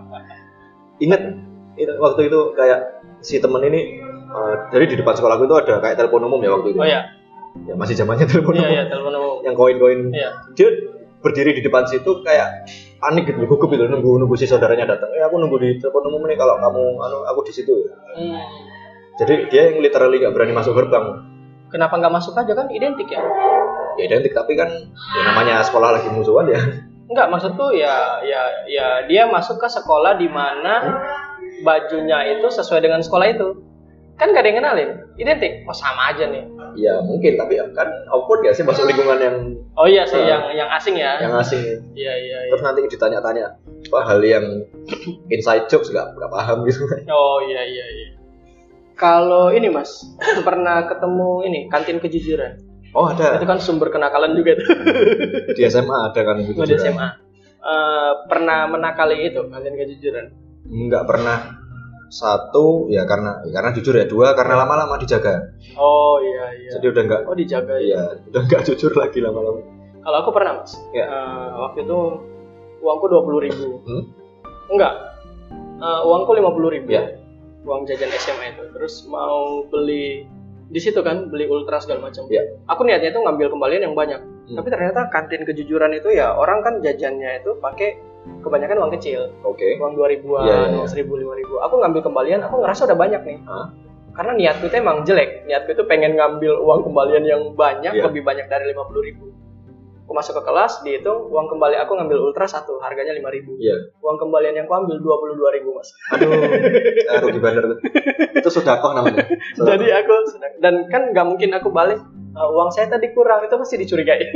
[SPEAKER 1] Ingat itu, waktu itu kayak si temen ini uh, jadi di depan sekolahku itu ada kayak telepon umum ya waktu itu.
[SPEAKER 2] Oh iya.
[SPEAKER 1] Ya masih zamannya telepon
[SPEAKER 2] iya,
[SPEAKER 1] umum.
[SPEAKER 2] Iya, telepon umum.
[SPEAKER 1] Yang koin-koin.
[SPEAKER 2] Iya.
[SPEAKER 1] Dia berdiri di depan situ kayak panik gitu, gugup gitu nunggu nunggu si saudaranya datang. Eh aku nunggu di telepon umum nih kalau kamu anu aku di situ.
[SPEAKER 2] Hmm.
[SPEAKER 1] Jadi dia yang literally gak berani masuk gerbang.
[SPEAKER 2] Kenapa nggak masuk aja kan identik ya?
[SPEAKER 1] Ya identik tapi kan ya namanya sekolah lagi musuhan ya.
[SPEAKER 2] Enggak, maksudku ya ya ya dia masuk ke sekolah di mana bajunya itu sesuai dengan sekolah itu. Kan gak ada yang kenalin, identik. Oh sama aja nih.
[SPEAKER 1] Ya mungkin tapi kan awkward ya sih masuk lingkungan yang
[SPEAKER 2] oh iya sih uh, yang yang asing ya.
[SPEAKER 1] Yang asing.
[SPEAKER 2] Iya iya.
[SPEAKER 1] Terus
[SPEAKER 2] iya.
[SPEAKER 1] nanti ditanya-tanya apa hal yang inside jokes gak, gak paham gitu.
[SPEAKER 2] Oh iya iya iya. Kalau ini Mas pernah ketemu ini kantin kejujuran?
[SPEAKER 1] Oh ada.
[SPEAKER 2] Itu kan sumber kenakalan juga tuh.
[SPEAKER 1] Di S M A ada kan kejujuran.
[SPEAKER 2] Oh, di S M A. Uh, pernah menakali itu kantin kejujuran?
[SPEAKER 1] Enggak pernah. Satu ya karena ya karena jujur ya, dua karena lama-lama dijaga.
[SPEAKER 2] Oh iya iya.
[SPEAKER 1] Jadi udah enggak.
[SPEAKER 2] Oh dijaga
[SPEAKER 1] ya. Udah enggak jujur lagi lama-lama.
[SPEAKER 2] Kalau aku pernah Mas.
[SPEAKER 1] Ya.
[SPEAKER 2] Uh, waktu itu uangku dua puluh ribu.
[SPEAKER 1] Hmm?
[SPEAKER 2] Enggak. Uh, uangku lima puluh ribu.
[SPEAKER 1] Ya.
[SPEAKER 2] Uang jajan S M A itu. Terus mau beli di situ kan beli ultra segala macam.
[SPEAKER 1] Ya.
[SPEAKER 2] Aku niatnya itu ngambil kembalian yang banyak. Hmm. Tapi ternyata kantin kejujuran itu ya orang kan jajannya itu pakai kebanyakan uang kecil.
[SPEAKER 1] Oke. Okay.
[SPEAKER 2] Uang dua ribuan,
[SPEAKER 1] ya, ya, ya.
[SPEAKER 2] uang seribu, lima ribu. Aku ngambil kembalian, aku ngerasa udah banyak nih.
[SPEAKER 1] Huh?
[SPEAKER 2] Karena niatku itu emang jelek. Niatku itu pengen ngambil uang kembalian yang banyak,
[SPEAKER 1] ya.
[SPEAKER 2] lebih banyak dari lima puluh ribu. Aku masuk ke kelas, dihitung uang kembali aku ngambil ultra satu, harganya lima ribu.
[SPEAKER 1] Iya.
[SPEAKER 2] Uang kembalian yang aku ambil dua puluh dua ribu, Mas.
[SPEAKER 1] Aduh, eh, rugi bener tuh. Itu sedekah namanya. Sedekah.
[SPEAKER 2] Jadi aku, dan kan gak mungkin aku balik, uh, uang saya tadi kurang, itu pasti dicurigai.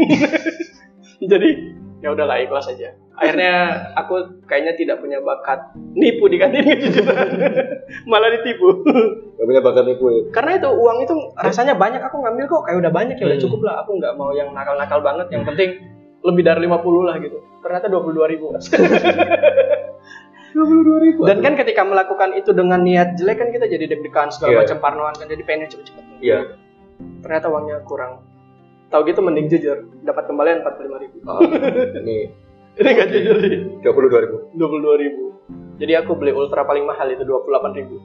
[SPEAKER 2] Jadi, ya udahlah ikhlas aja. Akhirnya aku kayaknya tidak punya bakat nipu di kantin kejujuran. Malah ditipu.
[SPEAKER 1] Gak punya bakat nipu ya.
[SPEAKER 2] Karena itu uang itu rasanya banyak, aku ngambil kok kayak udah banyak ya udah
[SPEAKER 1] Hmm.
[SPEAKER 2] cukup lah. Aku nggak mau yang nakal-nakal banget, yang penting lebih dari lima puluh lah gitu. Ternyata dua puluh dua ribu.
[SPEAKER 1] dua puluh dua ribu.
[SPEAKER 2] Dan kan ketika melakukan itu dengan niat jelek kan kita jadi deg-degan segala
[SPEAKER 1] Iya.
[SPEAKER 2] macam parnoan kan, jadi pengen cepet-cepet.
[SPEAKER 1] Iya.
[SPEAKER 2] Ternyata uangnya kurang. Tahu gitu mending jujur, dapat kembalian empat puluh lima ribu.
[SPEAKER 1] Oh, ini
[SPEAKER 2] Ini nggak jujur sih.
[SPEAKER 1] dua puluh dua ribu.
[SPEAKER 2] dua puluh dua ribu. Jadi aku beli ultra paling mahal itu dua puluh delapan ribu.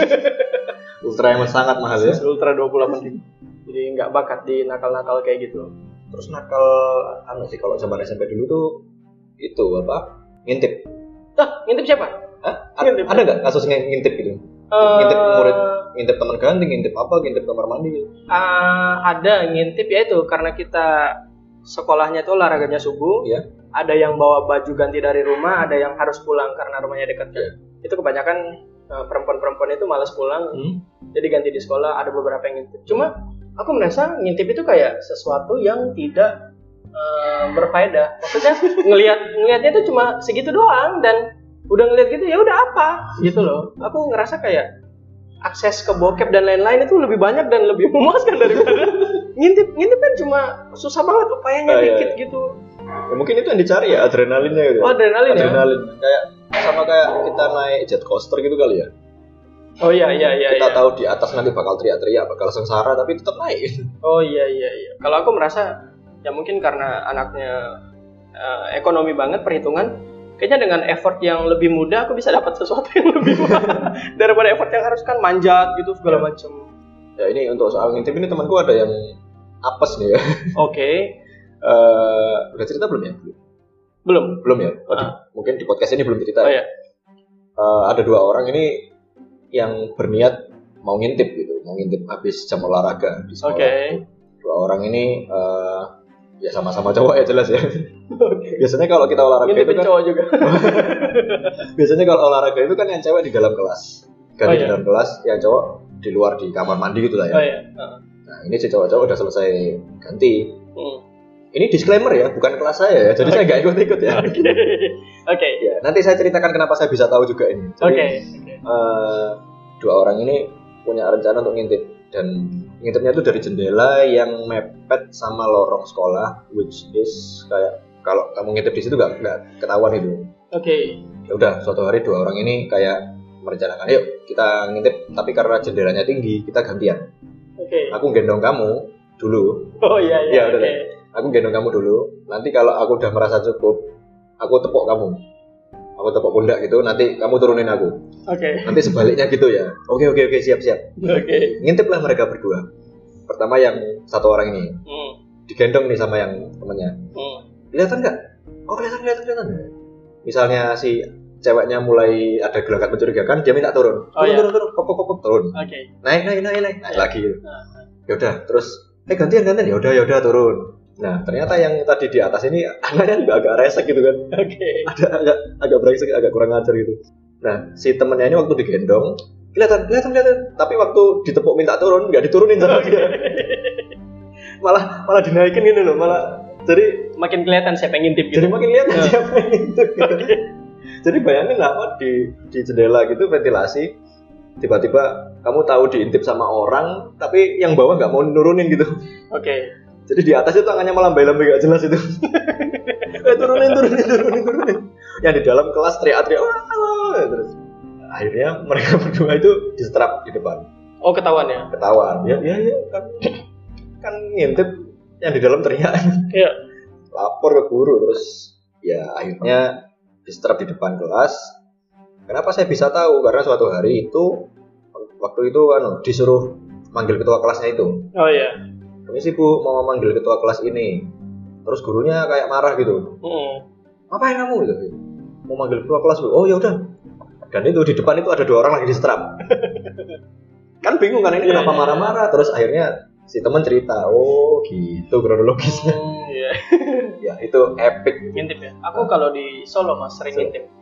[SPEAKER 1] Ultra yang sangat mahal ya.
[SPEAKER 2] Ultra dua puluh delapan ribu. Jadi nggak bakat di nakal-nakal kayak gitu.
[SPEAKER 1] Terus nakal anu sih kalau zaman S M P dulu tuh itu apa? Ngintip.
[SPEAKER 2] Ah, ngintip siapa?
[SPEAKER 1] Hah? A-
[SPEAKER 2] Ngintip.
[SPEAKER 1] Ada nggak kasus ng- ngintip gitu?
[SPEAKER 2] Eh,
[SPEAKER 1] Ngintip murid, ngintip teman ganti, ngintip apa, ngintip kamar mandi gitu.
[SPEAKER 2] Uh, ada ngintip ya itu karena kita sekolahnya itu olahraganya subuh.
[SPEAKER 1] Iya.
[SPEAKER 2] Ada yang bawa baju ganti dari rumah, ada yang harus pulang karena rumahnya dekat.
[SPEAKER 1] Iya.
[SPEAKER 2] Itu kebanyakan uh, perempuan-perempuan itu malas pulang,
[SPEAKER 1] Hmm.
[SPEAKER 2] jadi ganti di sekolah. Ada beberapa yang ngintip. Cuma aku merasa ngintip itu kayak sesuatu yang tidak uh, berfaedah. Maksudnya ngelihat ngelihatnya itu cuma segitu doang dan udah ngelihat gitu ya udah apa gitu loh. Aku ngerasa kayak akses ke bokep dan lain-lain itu lebih banyak dan lebih memuaskan daripada ngintip. Ngintip kan cuma susah banget upayanya
[SPEAKER 1] Oh, iya,
[SPEAKER 2] dikit
[SPEAKER 1] iya.
[SPEAKER 2] gitu.
[SPEAKER 1] Ya, mungkin itu yang dicari ya adrenalinnya gitu.
[SPEAKER 2] Oh, adrenalin ya?
[SPEAKER 1] Adrenalin kayak sama kayak kita naik jet coaster gitu kali ya.
[SPEAKER 2] Oh iya iya iya.
[SPEAKER 1] Kita
[SPEAKER 2] iya.
[SPEAKER 1] tahu di atas nanti bakal teriak-teriak, bakal sengsara tapi tetap naik.
[SPEAKER 2] Oh iya iya iya. Kalau aku merasa ya mungkin karena anaknya eh, ekonomi banget perhitungan, kayaknya dengan effort yang lebih mudah aku bisa dapat sesuatu yang lebih murah daripada effort yang harus kan manjat gitu segala
[SPEAKER 1] Ya.
[SPEAKER 2] macam.
[SPEAKER 1] Ya ini untuk soal ngintip ini temanku ada yang apes nih ya.
[SPEAKER 2] Oke.
[SPEAKER 1] Eh, udah cerita belum ya?
[SPEAKER 2] Belum.
[SPEAKER 1] Belum ya? Oh, di-
[SPEAKER 2] Ah.
[SPEAKER 1] mungkin di podcast ini belum cerita
[SPEAKER 2] Oh
[SPEAKER 1] ya.
[SPEAKER 2] iya.
[SPEAKER 1] Eh, ada dua orang ini yang berniat mau ngintip gitu, mau ngintip habis jam olahraga di sekolah.
[SPEAKER 2] Oke.
[SPEAKER 1] Dua orang ini eh, ya sama-sama cowok ya jelas ya. Biasanya kalau kita olahraga itu
[SPEAKER 2] Ngintipin
[SPEAKER 1] kan,
[SPEAKER 2] cowok juga.
[SPEAKER 1] biasanya kalau olahraga itu kan yang cewek di dalam kelas, ganti
[SPEAKER 2] Oh,
[SPEAKER 1] di
[SPEAKER 2] iya.
[SPEAKER 1] dalam kelas, yang cowok di luar di kamar mandi gitu lah ya.
[SPEAKER 2] Oh iya. Ah.
[SPEAKER 1] Nah ini si cowok-cowok udah selesai ganti.
[SPEAKER 2] Hmm.
[SPEAKER 1] Ini disclaimer ya, bukan kelas saya ya, jadi saya nggak ikut-ikut ya.
[SPEAKER 2] Oke. Oke.
[SPEAKER 1] Ya, nanti saya ceritakan kenapa saya bisa tahu juga ini. Jadi,
[SPEAKER 2] Oke.
[SPEAKER 1] eh, dua orang ini punya rencana untuk ngintip dan ngintipnya itu dari jendela yang mepet sama lorong sekolah, which is kayak kalau kamu ngintip di situ nggak nggak ketahuan itu.
[SPEAKER 2] Oke.
[SPEAKER 1] Ya udah, suatu hari dua orang ini kayak merencanakan, yuk kita ngintip, tapi karena jendelanya tinggi kita gantian.
[SPEAKER 2] Oke.
[SPEAKER 1] Aku gendong kamu dulu.
[SPEAKER 2] Oh iya iya.
[SPEAKER 1] Ya udah
[SPEAKER 2] Oke.
[SPEAKER 1] deh. Aku gendong kamu dulu. Nanti kalau aku udah merasa cukup, aku tepuk kamu. Aku tepuk pundak gitu. Nanti kamu turunin aku.
[SPEAKER 2] Oke.
[SPEAKER 1] Nanti sebaliknya gitu ya. Oke oke oke siap siap.
[SPEAKER 2] Oke.
[SPEAKER 1] Ngintiplah mereka berdua. Pertama yang satu orang ini
[SPEAKER 2] Hmm.
[SPEAKER 1] digendong nih sama yang temannya.
[SPEAKER 2] Hmm.
[SPEAKER 1] Kelihatan nggak? Oh kelihatan kelihatan kelihatan. Misalnya si ceweknya mulai ada gelagat mencurigakan, dia minta turun.
[SPEAKER 2] Oh,
[SPEAKER 1] Turun
[SPEAKER 2] iya.
[SPEAKER 1] turun turun. Kok kok kok kok, turun.
[SPEAKER 2] Oke.
[SPEAKER 1] Naik naik naik naik. Naik lagi. Gitu.
[SPEAKER 2] Nah.
[SPEAKER 1] Ya udah terus eh gantian gantian ya udah ya udah turun. Nah ternyata yang tadi di atas ini anaknya juga agak resek gitu kan.
[SPEAKER 2] Oke.
[SPEAKER 1] Ada agak agak brengsek agak kurang ajar gitu. Nah si temennya ini waktu digendong kelihatan kelihatan kelihatan tapi waktu ditepuk minta turun nggak diturunin sama dia. malah malah dinaikin gitu loh, malah jadi
[SPEAKER 2] Makin kelihatan siapa yang ngintip gitu.
[SPEAKER 1] jadi makin lihat
[SPEAKER 2] Nah.
[SPEAKER 1] siapa yang ngintip gitu. Jadi bayangin lah di di jendela gitu ventilasi tiba-tiba kamu tahu diintip sama orang tapi yang bawah nggak mau nurunin gitu.
[SPEAKER 2] Oke.
[SPEAKER 1] Jadi di atas itu tangannya melambai-lambai gak jelas itu. eh turunin, turunin, turunin, turunin. Yang di dalam kelas teriak-teriak. Wah, wah. Terus akhirnya mereka berdua itu disetrap di depan.
[SPEAKER 2] Oh ketahuan ya?
[SPEAKER 1] Ketahuan. Ya, ya, ya kan. Kan ngintip yang di dalam teriak.
[SPEAKER 2] Iya.
[SPEAKER 1] Lapor ke guru terus ya akhirnya disetrap di depan kelas. Kenapa saya bisa tahu? Karena suatu hari itu waktu itu anu disuruh manggil ketua kelasnya itu.
[SPEAKER 2] Oh iya.
[SPEAKER 1] Permisi Bu, mau memanggil ketua kelas ini. Terus gurunya kayak marah gitu.
[SPEAKER 2] Hmm.
[SPEAKER 1] Ngapain kamu gitu? Mau manggil ketua kelas Bu. Oh ya udah. Dan itu di depan itu ada dua orang lagi disetrap. Kan bingung kan ini
[SPEAKER 2] Iya,
[SPEAKER 1] kenapa
[SPEAKER 2] iya.
[SPEAKER 1] marah-marah. Terus akhirnya si teman cerita, oh gitu kronologisnya.
[SPEAKER 2] Hmm, iya.
[SPEAKER 1] Ya itu epic.
[SPEAKER 2] Ngintip ya. Aku kalau di Solo mas sering
[SPEAKER 1] Solo.
[SPEAKER 2] ngintip.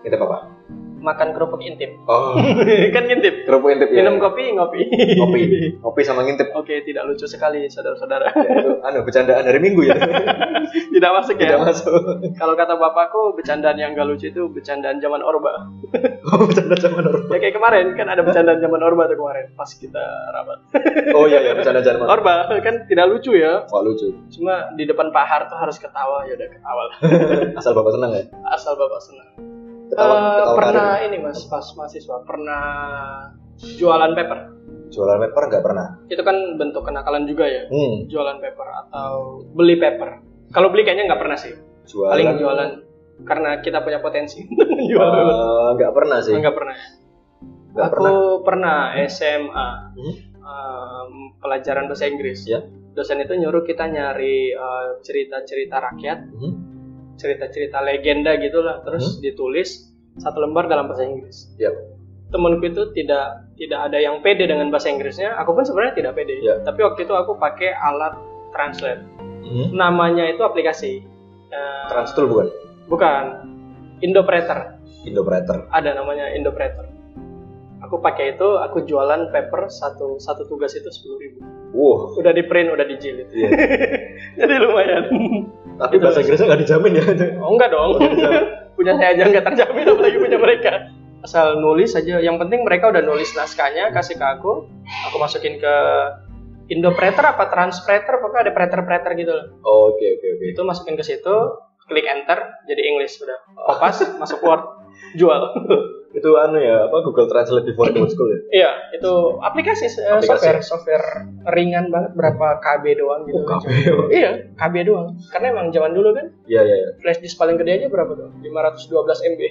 [SPEAKER 1] Ngintip apa?
[SPEAKER 2] Makan kerupuk intip.
[SPEAKER 1] Oh.
[SPEAKER 2] Kan ngintip.
[SPEAKER 1] Kerupuk intip ya.
[SPEAKER 2] Minum kopi, ngopi.
[SPEAKER 1] Kopi. Kopi sama ngintip.
[SPEAKER 2] Oke, tidak lucu sekali saudara-saudara.
[SPEAKER 1] Ya, itu anu bercandaan hari Minggu ya.
[SPEAKER 2] Tidak masuk ya.
[SPEAKER 1] Tidak masuk.
[SPEAKER 2] Kalau kata bapakku, bercandaan yang gak lucu itu bercandaan zaman Orba.
[SPEAKER 1] Oh, bercandaan zaman Orba.
[SPEAKER 2] Ya kayak kemarin kan ada bercandaan zaman Orba tuh kemarin pas kita rapat.
[SPEAKER 1] Oh iya ya, bercandaan zaman
[SPEAKER 2] Orba kan tidak lucu ya.
[SPEAKER 1] Oh, lucu.
[SPEAKER 2] Cuma di depan Pak Har tuh harus ketawa, ya udah ketawa lah.
[SPEAKER 1] Asal bapak senang ya.
[SPEAKER 2] Asal bapak senang.
[SPEAKER 1] Ketawa,
[SPEAKER 2] Uh,
[SPEAKER 1] ketawa
[SPEAKER 2] pernah
[SPEAKER 1] karir.
[SPEAKER 2] ini mas pas mahasiswa pernah jualan paper.
[SPEAKER 1] Jualan paper nggak pernah.
[SPEAKER 2] Itu kan bentuk kenakalan juga ya.
[SPEAKER 1] Hmm.
[SPEAKER 2] Jualan paper atau beli paper. Kalau beli kayaknya nggak pernah sih.
[SPEAKER 1] Jualan.
[SPEAKER 2] Paling jualan karena kita punya potensi untuk menjual paper.
[SPEAKER 1] Uh, nggak pernah sih.
[SPEAKER 2] Nggak pernah.
[SPEAKER 1] Nggak
[SPEAKER 2] Aku
[SPEAKER 1] pernah.
[SPEAKER 2] pernah S M A
[SPEAKER 1] Hmm?
[SPEAKER 2] um, pelajaran bahasa Inggris.
[SPEAKER 1] Ya.
[SPEAKER 2] Dosen itu nyuruh kita nyari uh, cerita-cerita rakyat.
[SPEAKER 1] Hmm?
[SPEAKER 2] Cerita-cerita legenda gitulah, terus hmm? ditulis satu lembar dalam bahasa Inggris.
[SPEAKER 1] Yep.
[SPEAKER 2] Temanku itu tidak tidak ada yang pede dengan bahasa Inggrisnya. Aku pun sebenarnya tidak pede.
[SPEAKER 1] Yep.
[SPEAKER 2] Tapi waktu itu aku pakai alat translate.
[SPEAKER 1] Hmm?
[SPEAKER 2] Namanya itu aplikasi. Uh,
[SPEAKER 1] Transtool bukan?
[SPEAKER 2] Bukan. Indopreter.
[SPEAKER 1] Indopreter.
[SPEAKER 2] Ada namanya Indopreter. Aku pakai itu, aku jualan paper satu satu tugas itu sepuluh ribu.
[SPEAKER 1] Wow.
[SPEAKER 2] Udah di print, udah dijilid.
[SPEAKER 1] Iya.
[SPEAKER 2] Jadi lumayan.
[SPEAKER 1] Tapi bahasa Inggrisnya nggak dijamin ya?
[SPEAKER 2] Oh enggak dong. Punya saya aja nggak terjamin, apalagi punya mereka. Asal nulis aja. Yang penting mereka udah nulis naskahnya, kasih ke aku. Aku masukin ke Indopreter apa Transpreter, pokoknya ada preter-preter gitu loh.
[SPEAKER 1] Oh, oke oke oke.
[SPEAKER 2] Itu masukin ke situ, klik enter, jadi English udah. Kopas, masuk Word, jual.
[SPEAKER 1] Itu anu ya, apa Google Translate before it was school ya?
[SPEAKER 2] Iya, itu aplikasi, uh,
[SPEAKER 1] Aplikasi.
[SPEAKER 2] software, software ringan banget, berapa K B doang gitu.
[SPEAKER 1] Oh, K B.
[SPEAKER 2] Iya, K B doang. Karena emang zaman dulu kan,
[SPEAKER 1] Iya iya iya.
[SPEAKER 2] flash disk paling gede aja berapa tuh? lima ratus dua belas M B.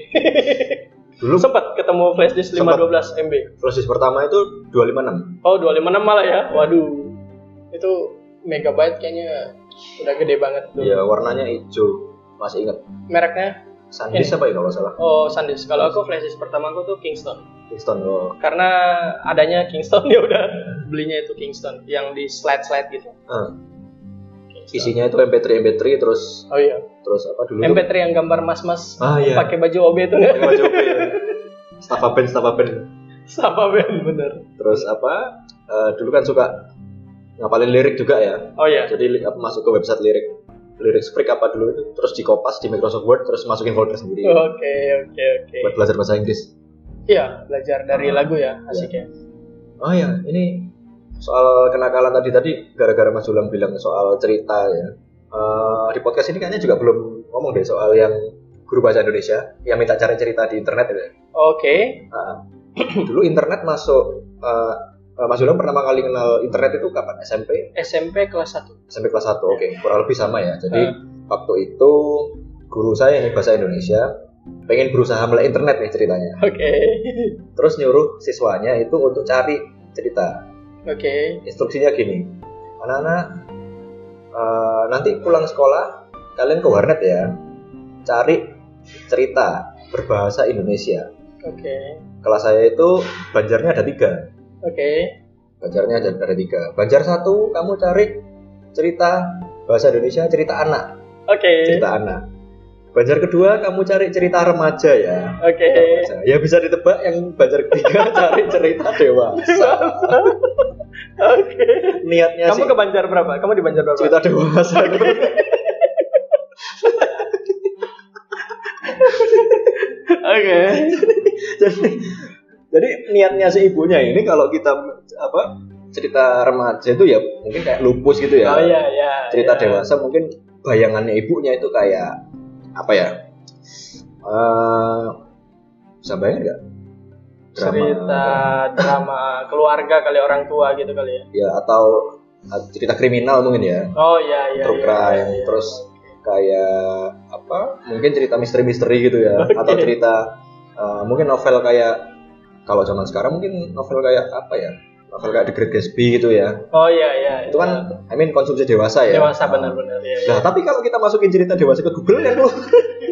[SPEAKER 1] Dulu
[SPEAKER 2] Sempat ketemu flash disk lima ratus dua belas M B.
[SPEAKER 1] flash disk pertama itu dua ratus lima puluh enam.
[SPEAKER 2] Oh, dua ratus lima puluh enam malah ya. Waduh. Itu megabyte kayaknya udah gede banget tuh.
[SPEAKER 1] Iya, warnanya hijau. Masih ingat.
[SPEAKER 2] Mereknya
[SPEAKER 1] SanDisk apa ya kalau salah?
[SPEAKER 2] Oh, SanDisk. Kalau aku flash disk pertama aku tuh Kingston.
[SPEAKER 1] Kingston. Oh.
[SPEAKER 2] Karena adanya Kingston ya udah belinya itu Kingston yang di slide-slide gitu.
[SPEAKER 1] Ah. Isinya itu M P tiga M P tiga terus
[SPEAKER 2] Oh iya.
[SPEAKER 1] terus apa dulu?
[SPEAKER 2] M P tiga yang gambar mas-mas
[SPEAKER 1] Ah, iya.
[SPEAKER 2] pakai baju O B itu nggak?
[SPEAKER 1] Pakai baju O B. Ya. Staffa band, Staffa band.
[SPEAKER 2] Sama Ben bener.
[SPEAKER 1] Terus apa? Uh, dulu kan suka ngapalin lirik juga ya.
[SPEAKER 2] Oh iya.
[SPEAKER 1] Jadi li- apa, masuk ke website lirik. Lirik Spreak apa dulu itu, terus dikopas di Microsoft Word, terus masukin folder sendiri.
[SPEAKER 2] Oke oke oke.
[SPEAKER 1] Buat belajar bahasa Inggris.
[SPEAKER 2] Iya, belajar dari lagu ya, asik ya.
[SPEAKER 1] Oh ya, ini soal kenakalan tadi tadi gara-gara Mas Julang bilang soal cerita ya. Uh, di podcast ini kayaknya juga belum ngomong deh soal yang guru bahasa Indonesia yang minta cari cerita di internet ya.
[SPEAKER 2] Oke.
[SPEAKER 1] Uh, dulu internet masuk. Uh, Mas Julang pertama kali kenal internet itu kapan? S M P?
[SPEAKER 2] S M P kelas satu.
[SPEAKER 1] S M P kelas satu, oke. Okay. Kurang lebih sama ya. Jadi
[SPEAKER 2] Hmm.
[SPEAKER 1] waktu itu guru saya nih bahasa Indonesia pengen berusaha melek internet nih ceritanya.
[SPEAKER 2] Oke. Okay.
[SPEAKER 1] Terus nyuruh siswanya itu untuk cari cerita.
[SPEAKER 2] Oke. Okay.
[SPEAKER 1] Instruksinya gini, anak-anak uh, nanti pulang sekolah kalian ke warnet ya, cari cerita berbahasa Indonesia.
[SPEAKER 2] Oke. Okay.
[SPEAKER 1] Kelas saya itu Banjarnya ada tiga.
[SPEAKER 2] Oke. Okay.
[SPEAKER 1] Banjarnya ada, ada tiga. Banjar satu kamu cari cerita bahasa Indonesia cerita anak.
[SPEAKER 2] Oke. Okay.
[SPEAKER 1] Cerita anak. Banjar kedua kamu cari cerita remaja ya.
[SPEAKER 2] Oke.
[SPEAKER 1] Okay. Ya bisa ditebak yang Banjar ketiga cari cerita dewasa.
[SPEAKER 2] Oke. Okay.
[SPEAKER 1] Niatnya
[SPEAKER 2] kamu
[SPEAKER 1] sih.
[SPEAKER 2] ke Banjar berapa? Kamu di Banjar berapa?
[SPEAKER 1] Cerita dewasa.
[SPEAKER 2] Oke.
[SPEAKER 1] Jadi jadi niatnya si ibunya ini kalau kita apa cerita remaja itu ya mungkin kayak lupus gitu ya.
[SPEAKER 2] Oh iya iya.
[SPEAKER 1] Cerita
[SPEAKER 2] iya.
[SPEAKER 1] dewasa mungkin bayangannya ibunya itu kayak apa ya? Uh, bisa bayangin nggak? Drama,
[SPEAKER 2] cerita drama keluarga kali orang tua gitu kali ya.
[SPEAKER 1] Ya atau uh, cerita kriminal mungkin ya.
[SPEAKER 2] Oh iya iya.
[SPEAKER 1] True
[SPEAKER 2] iya,
[SPEAKER 1] crime
[SPEAKER 2] iya, iya.
[SPEAKER 1] terus kayak apa? Mungkin cerita misteri-misteri gitu ya.
[SPEAKER 2] Okay.
[SPEAKER 1] Atau cerita uh, mungkin novel kayak kalau zaman sekarang mungkin novel kayak apa ya? Novel kayak The Great Gatsby gitu ya.
[SPEAKER 2] Oh iya iya.
[SPEAKER 1] Itu kan I mean konsumsi dewasa ya.
[SPEAKER 2] Dewasa benar-benar ya.
[SPEAKER 1] Nah, tapi kalau kita masukin cerita dewasa ke Google ya keluar.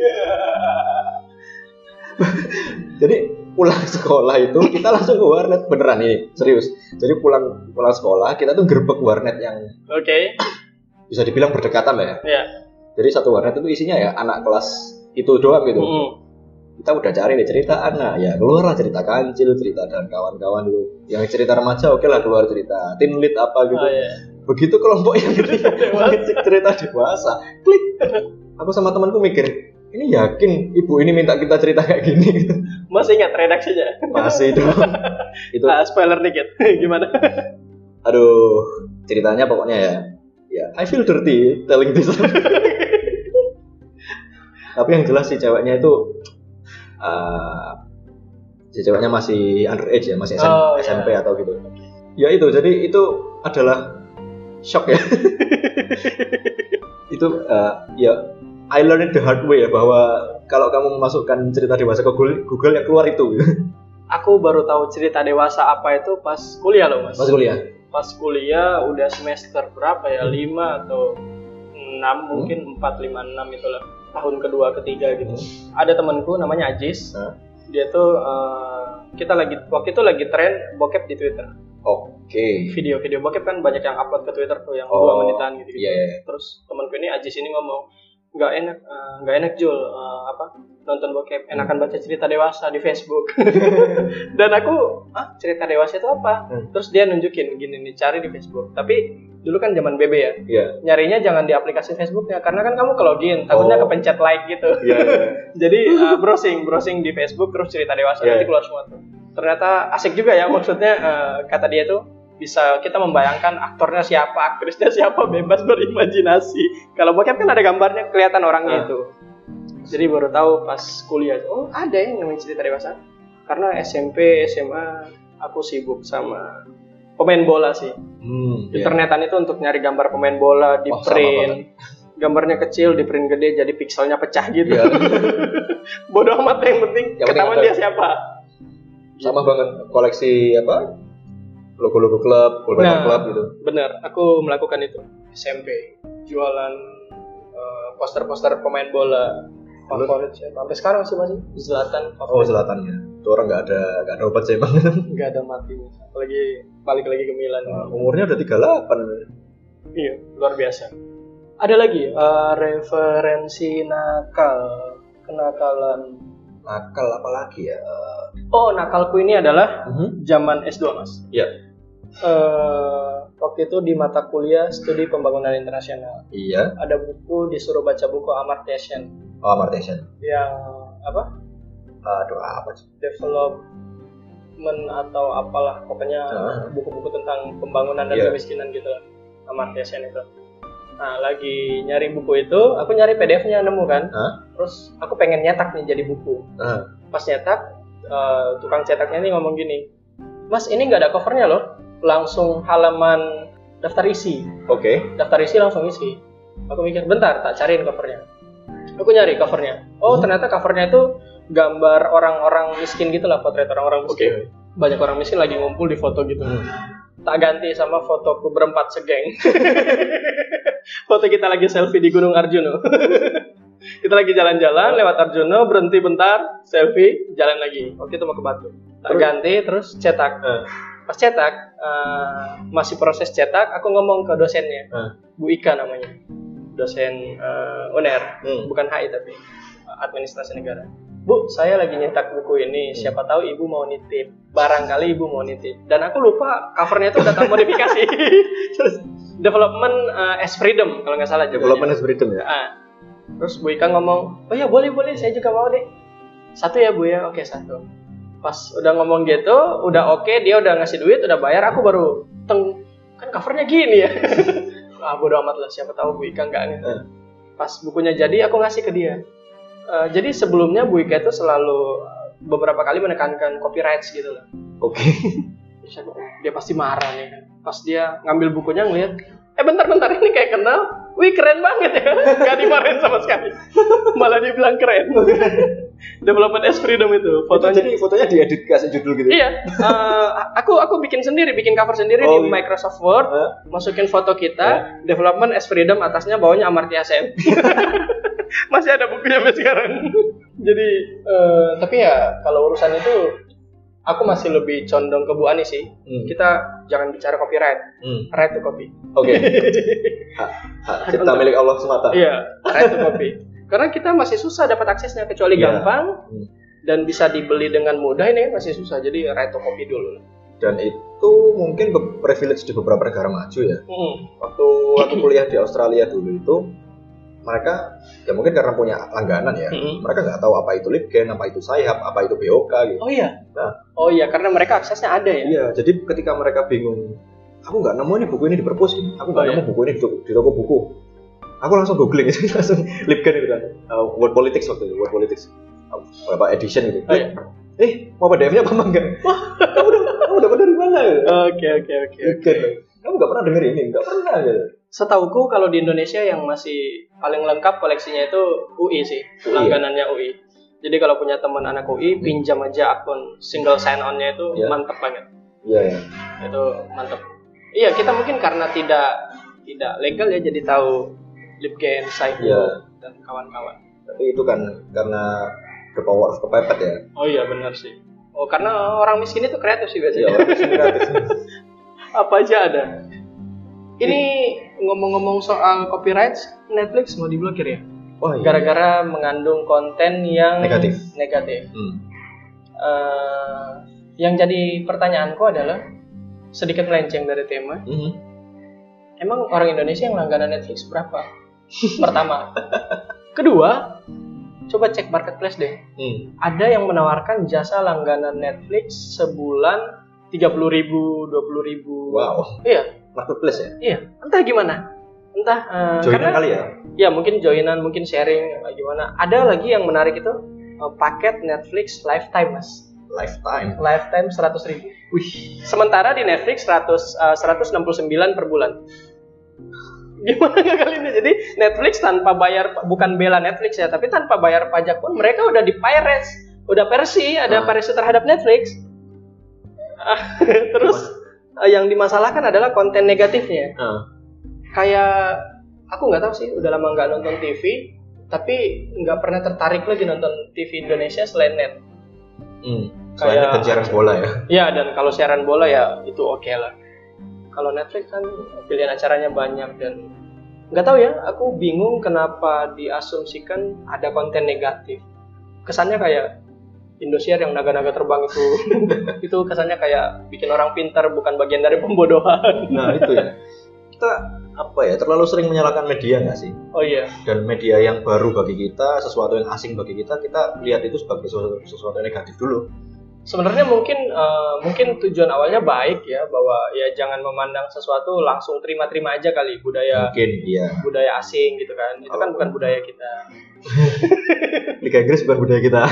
[SPEAKER 1] Jadi pulang sekolah itu kita langsung ke warnet beneran ini, serius. Jadi pulang pulang sekolah kita tuh gerbek warnet yang
[SPEAKER 2] Oke. Okay.
[SPEAKER 1] bisa dibilang berdekatan lah ya.
[SPEAKER 2] Iya.
[SPEAKER 1] Jadi satu warnet itu isinya ya anak kelas itu doang gitu.
[SPEAKER 2] Mm-hmm.
[SPEAKER 1] kita udah cari nih cerita anak, ya keluar lah cerita kancil, cerita dan kawan-kawan dulu. Yang cerita remaja oke lah keluar cerita teen lead apa gitu.
[SPEAKER 2] Oh, iya.
[SPEAKER 1] Begitu kelompok yang cerita dewasa, klik. Aku sama temanku mikir, ini yakin ibu ini minta kita cerita kayak gini?
[SPEAKER 2] Masih ingat redaksinya?
[SPEAKER 1] Masih itu. Itu.
[SPEAKER 2] Ah, spoiler dikit, gimana?
[SPEAKER 1] Aduh, ceritanya pokoknya ya, ya I feel dirty telling this. Tapi yang jelas si ceweknya itu, uh, si ceweknya masih underage ya, masih S M, oh, S M P yeah. atau gitu. Ya itu, jadi itu adalah shock ya. Itu uh, ya I learned it the hard way ya, bahwa kalau kamu memasukkan cerita dewasa ke Google, Google yang keluar itu.
[SPEAKER 2] Aku baru tahu cerita dewasa apa itu pas kuliah loh mas.
[SPEAKER 1] Pas kuliah?
[SPEAKER 2] Pas kuliah udah semester berapa ya, hmm. lima atau enam mungkin, hmm. empat, lima, enam itulah. Tahun kedua, ketiga gitu. Hmm. Ada temanku namanya Ajis. Huh? Dia tuh, uh, kita lagi, waktu itu lagi tren bokep di Twitter.
[SPEAKER 1] Oke. Okay.
[SPEAKER 2] Video-video bokep kan banyak yang upload ke Twitter tuh, yang
[SPEAKER 1] oh,
[SPEAKER 2] dua menitan gitu.
[SPEAKER 1] Yeah, yeah.
[SPEAKER 2] Terus temanku ini Ajis ini ngomong, nggak enak, uh, nggak enak Jul, uh, apa nonton bokep, enakan baca cerita dewasa di Facebook. Dan aku, ah cerita dewasa itu apa? Hmm. Terus dia nunjukin gini nih, cari di Facebook. Tapi dulu kan zaman B B ya,
[SPEAKER 1] yeah.
[SPEAKER 2] nyarinya jangan di aplikasi Facebooknya, karena kan kamu ke login, takutnya oh. kepencet like gitu.
[SPEAKER 1] Yeah, yeah.
[SPEAKER 2] Jadi uh, browsing, browsing di Facebook terus cerita dewasa yeah. nanti keluar semua tuh. Ternyata asik juga ya, maksudnya uh, kata dia tuh bisa kita membayangkan aktornya siapa, aktrisnya siapa, bebas berimajinasi. Kalau bokep kan ada gambarnya, kelihatan orangnya uh. itu. Jadi baru tahu pas kuliah, oh ada yang namanya cerita dewasa. Karena S M P, S M A aku sibuk sama pemain bola sih. Hmm, Internetan yeah. itu untuk nyari gambar pemain bola, di oh, print. Gambarnya kecil, di print gede, jadi pikselnya pecah gitu. Yeah. Bodoh amat, yang penting yang ketahuan dia siapa.
[SPEAKER 1] Sama gitu. Banget koleksi apa? Logo-logo klub, wallpaper nah, klub gitu.
[SPEAKER 2] Bener, aku melakukan itu S M P. Jualan uh, poster-poster pemain bola favorit saya. Sampai sekarang sih masih Zlatan.
[SPEAKER 1] Oh, Zlatan ya. Itu orang nggak ada nggak ada obat sih bang.
[SPEAKER 2] Nggak ada mati. Apalagi balik lagi ke Milan.
[SPEAKER 1] Nah, umurnya udah tiga puluh delapan.
[SPEAKER 2] Iya, luar biasa. Ada lagi uh, referensi nakal, kenakalan.
[SPEAKER 1] Nakal apa lagi ya?
[SPEAKER 2] Oh, nakalku ini adalah uh-huh. zaman S dua mas.
[SPEAKER 1] Iya.
[SPEAKER 2] Uh, waktu itu di mata kuliah studi pembangunan internasional.
[SPEAKER 1] Iya.
[SPEAKER 2] Ada buku, disuruh baca buku Amartya Sen.
[SPEAKER 1] Oh, Amartya Sen.
[SPEAKER 2] Yang apa?
[SPEAKER 1] Aduh, apa sih?
[SPEAKER 2] Development atau apalah, pokoknya uh. buku-buku tentang pembangunan dan yeah. kemiskinan gitu. Amartya Sen itu. Nah, lagi nyari buku itu, aku nyari P D F-nya nemu kan. Huh? Terus aku pengen nyetak nih jadi buku. Uh. Pas nyetak, uh, tukang cetaknya nih ngomong gini, Mas, ini nggak ada covernya loh. Langsung halaman daftar isi.
[SPEAKER 1] Oke. Okay.
[SPEAKER 2] Daftar isi langsung isi. Aku mikir, bentar, tak cariin covernya. Aku nyari covernya. Oh, hmm. ternyata covernya itu gambar orang-orang miskin gitu lah, potret orang-orang miskin. Okay. Banyak orang miskin lagi ngumpul di foto gitu. Hmm. Tak ganti sama fotoku berempat segeng. Foto kita lagi selfie di Gunung Arjuno. Kita lagi jalan-jalan lewat Arjuno, berhenti bentar, selfie, jalan lagi. Waktu itu mau ke Batu. Tak ganti, terus cetak. Uh. Pas cetak, uh, masih proses cetak, aku ngomong ke dosennya, uh. Bu Ika namanya, dosen uh, U N E R, hmm. bukan H I tapi uh, Administrasi Negara. Bu, saya lagi nyetak buku ini, siapa tahu ibu mau nitip, barangkali ibu mau nitip. Dan aku lupa covernya itu udah tak modifikasi. Terus development uh, as freedom kalau nggak salah.
[SPEAKER 1] Development as freedom ya.
[SPEAKER 2] Uh, terus Bu Ika ngomong, oh ya boleh boleh, saya juga mau deh. Satu ya Bu ya, oke satu. Pas udah ngomong gitu, udah oke, dia udah ngasih duit, udah bayar, aku baru teng, kan covernya gini ya. Ah bodo amat lah, siapa tahu Bu Ika nggak nih. Uh. Pas bukunya jadi, aku ngasih ke dia. Uh, jadi sebelumnya Bu Ika itu selalu beberapa kali menekankan copyright gitu lah.
[SPEAKER 1] Oke. Okay.
[SPEAKER 2] Dia pasti marah nih kan. Pas dia ngambil bukunya ngeliat, eh bentar-bentar ini kayak kenal, wih keren banget ya. Gak dimarahin sama sekali. Malah dia bilang keren. Development as freedom itu.
[SPEAKER 1] Fotonya, jadi fotonya diedit kasih judul gitu.
[SPEAKER 2] Iya. Uh, aku aku bikin sendiri, bikin cover sendiri oh, di iya. Microsoft Word, uh. masukin foto kita, uh. Development as freedom, atasnya bawahnya Amartya Sen. Masih ada bukunya sampai sekarang. Jadi uh, tapi ya kalau urusan itu aku masih lebih condong ke Bu Ani sih. Hmm. Kita jangan bicara copyright. Hmm. Right to copy.
[SPEAKER 1] Oke. Okay. Hak hak cipta milik Allah semata.
[SPEAKER 2] Iya, right to copy. Karena kita masih susah dapat aksesnya kecuali yeah. gampang. Hmm. dan bisa dibeli dengan mudah, ini masih susah. Jadi reto kopi dulu.
[SPEAKER 1] Dan itu mungkin privilege di beberapa negara maju ya.
[SPEAKER 2] Hmm.
[SPEAKER 1] Waktu waktu kuliah di Australia dulu itu mereka ya mungkin karena punya langganan ya, hmm. mereka nggak tahu apa itu Libgen, apa itu Sci-Hub, apa itu B O K gitu.
[SPEAKER 2] Oh iya.
[SPEAKER 1] Nah,
[SPEAKER 2] oh iya, karena mereka aksesnya ada ya.
[SPEAKER 1] Iya, jadi ketika mereka bingung, aku nggak nemu ini buku ini di perpus, aku nggak oh, nemu iya. buku ini di toko, di toko buku. Aku langsung googling itu, langsung Libgen itu kan, uh, World Politics waktu itu, World Politics, uh, berapa edition gitu.
[SPEAKER 2] Oh, iya.
[SPEAKER 1] Eh, mau P D F-nya apa enggak? Wah, kamu udah, kamu udah dari mana?
[SPEAKER 2] Oke, oke, oke, oke.
[SPEAKER 1] Kamu nggak pernah denger ini, nggak pernah gitu.
[SPEAKER 2] Setauku kalau di Indonesia yang masih paling lengkap koleksinya itu U I sih, U I, langganannya U I. Jadi kalau punya teman anak U I, hmm. pinjam aja akun single sign-on-nya itu yeah. mantep banget.
[SPEAKER 1] Iya yeah, ya. Yeah.
[SPEAKER 2] Itu mantep. Iya, kita mungkin karena tidak tidak legal ya, jadi tahu Libgen, Sci-Hub yeah. dan kawan-kawan.
[SPEAKER 1] Tapi itu kan karena the power of kepepet ya.
[SPEAKER 2] Oh iya benar sih. Oh karena orang miskin itu kreatif sih biasanya.
[SPEAKER 1] Iya, orang miskin kreatif.
[SPEAKER 2] Apa aja ada. Ini ngomong-ngomong soal copyright, Netflix mau diblokir ya?
[SPEAKER 1] Oh, iya.
[SPEAKER 2] Gara-gara mengandung konten yang
[SPEAKER 1] negatif.
[SPEAKER 2] Negatif.
[SPEAKER 1] Hmm.
[SPEAKER 2] Uh, yang jadi pertanyaanku adalah sedikit melenceng dari tema.
[SPEAKER 1] Mm-hmm.
[SPEAKER 2] Emang orang Indonesia yang langganan Netflix berapa? Pertama. Kedua, coba cek marketplace deh.
[SPEAKER 1] Hmm.
[SPEAKER 2] Ada yang menawarkan jasa langganan Netflix sebulan tiga puluh ribu, dua puluh ribu.
[SPEAKER 1] Wow.
[SPEAKER 2] Iya.
[SPEAKER 1] Marketplace ya?
[SPEAKER 2] Iya. Entah gimana. Entah. Uh,
[SPEAKER 1] joinan kali ya?
[SPEAKER 2] Ya mungkin joinan, mungkin sharing, gimana. Ada lagi yang menarik itu uh, paket Netflix lifetime mas.
[SPEAKER 1] Lifetime?
[SPEAKER 2] Lifetime seratus ribu.
[SPEAKER 1] Wih.
[SPEAKER 2] Sementara di Netflix seratus, uh, seratus enam puluh sembilan per bulan. Gimana gak kali ini? Jadi Netflix tanpa bayar, bukan bela Netflix ya, tapi tanpa bayar pajak pun mereka udah di pirates, udah piracy, ada ah. piracy terhadap Netflix. Terus uh, yang dimasalahkan adalah konten negatifnya. Ah. Kayak aku nggak tahu sih, udah lama nggak nonton T V, tapi nggak pernah tertarik lagi nonton T V Indonesia selain net.
[SPEAKER 1] Hmm. Selain dan siaran bola ya.
[SPEAKER 2] Iya, dan kalau siaran bola ya itu oke okay lah. Kalau Netflix kan pilihan acaranya banyak dan nggak tahu ya, aku bingung kenapa diasumsikan ada konten negatif. Kesannya kayak Indosiar yang naga-naga terbang itu, itu kesannya kayak bikin orang pintar, bukan bagian dari pembodohan.
[SPEAKER 1] Nah itu ya. Kita apa ya, terlalu sering menyalahkan media nggak sih?
[SPEAKER 2] Oh iya.
[SPEAKER 1] Dan media yang baru bagi kita, sesuatu yang asing bagi kita, kita lihat itu sebagai sesuatu, sesuatu yang negatif dulu.
[SPEAKER 2] Sebenarnya mungkin uh, mungkin tujuan awalnya baik ya, bahwa ya jangan memandang sesuatu langsung terima-terima aja kali budaya
[SPEAKER 1] mungkin, iya.
[SPEAKER 2] budaya asing gitu kan. Itu oh. kan bukan budaya kita.
[SPEAKER 1] Liga Inggris bukan budaya kita.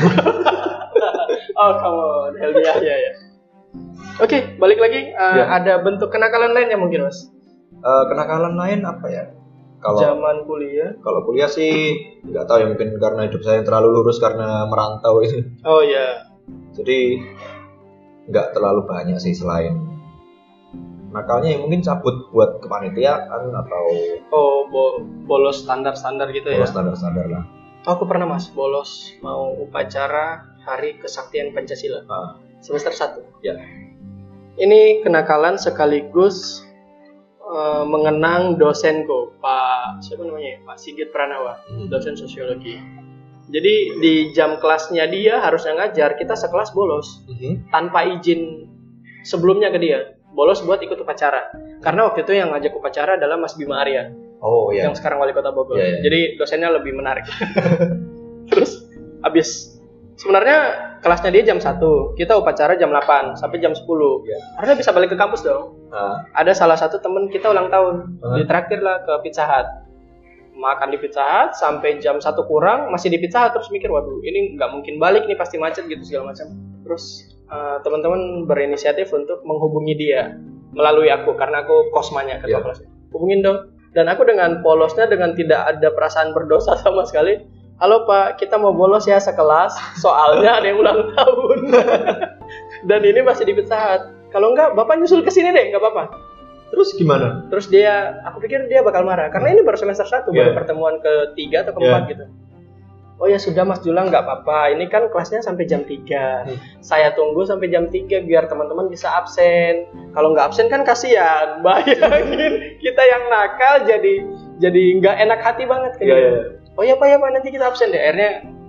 [SPEAKER 2] Oh kamu Helmiah ya ya. Oke, balik lagi uh, ya. Ada bentuk kenakalan lainnya mungkin mas?
[SPEAKER 1] Uh, kenakalan lain apa ya?
[SPEAKER 2] Kalau zaman kuliah?
[SPEAKER 1] Kalau kuliah sih nggak tahu ya, mungkin karena hidup saya terlalu lurus karena merantau itu.
[SPEAKER 2] Oh iya.
[SPEAKER 1] Jadi nggak terlalu banyak sih selain nakalnya yang mungkin cabut buat kepanitiaan atau
[SPEAKER 2] oh bo- bolos standar-standar gitu
[SPEAKER 1] bolos
[SPEAKER 2] ya.
[SPEAKER 1] Bolos standar-standar lah.
[SPEAKER 2] Oh, aku pernah mas bolos mau upacara Hari Kesaktian Pancasila
[SPEAKER 1] ah.
[SPEAKER 2] semester satu.
[SPEAKER 1] Ya.
[SPEAKER 2] Ini kenakalan sekaligus uh, mengenang dosenku Pak siapa namanya Pak Sigit Pranawa, hmm. dosen sosiologi. Jadi di jam kelasnya dia harusnya ngajar, kita sekelas bolos mm-hmm. tanpa izin sebelumnya ke dia, bolos buat ikut upacara. Karena waktu itu yang ngajak upacara adalah Mas Bima Arya,
[SPEAKER 1] oh, yeah.
[SPEAKER 2] yang sekarang wali kota Bogor.
[SPEAKER 1] Yeah, yeah.
[SPEAKER 2] Jadi dosennya lebih menarik. Terus abis sebenarnya kelasnya dia jam satu, kita upacara jam delapan sampai jam sepuluh. Yeah. Harusnya bisa balik ke kampus dong. Uh. Ada salah satu temen kita ulang tahun, uh. ditraktir lah ke Pizza Hut. Makan di Pizza Hut sampai jam satu kurang masih di Pizza Hut, terus mikir waduh ini nggak mungkin balik nih, pasti macet gitu segala macam. Terus uh, teman-teman berinisiatif untuk menghubungi dia melalui aku karena aku kosmanya ketua yeah. kelasnya. Hubungin dong. Dan aku dengan polosnya, dengan tidak ada perasaan berdosa sama sekali, halo Pak, kita mau bolos ya sekelas, soalnya ada yang ulang tahun. Dan ini masih di Pizza Hut. Kalau enggak Bapak nyusul ke sini deh, nggak apa-apa. Terus gimana? Terus dia, aku pikir dia bakal marah karena ini baru semester satu, yeah. baru pertemuan ketiga atau keempat yeah. gitu. Oh ya sudah Mas Julang, nggak apa-apa. Ini kan kelasnya sampai jam tiga. Hmm. Saya tunggu sampai jam tiga biar teman-teman bisa absen. Kalau nggak absen kan kasihan. Bayangin kita yang nakal jadi jadi nggak enak hati banget kan.
[SPEAKER 1] Yeah, yeah.
[SPEAKER 2] Oh ya Pak ya Pak, nanti kita absen deh. Akhirnya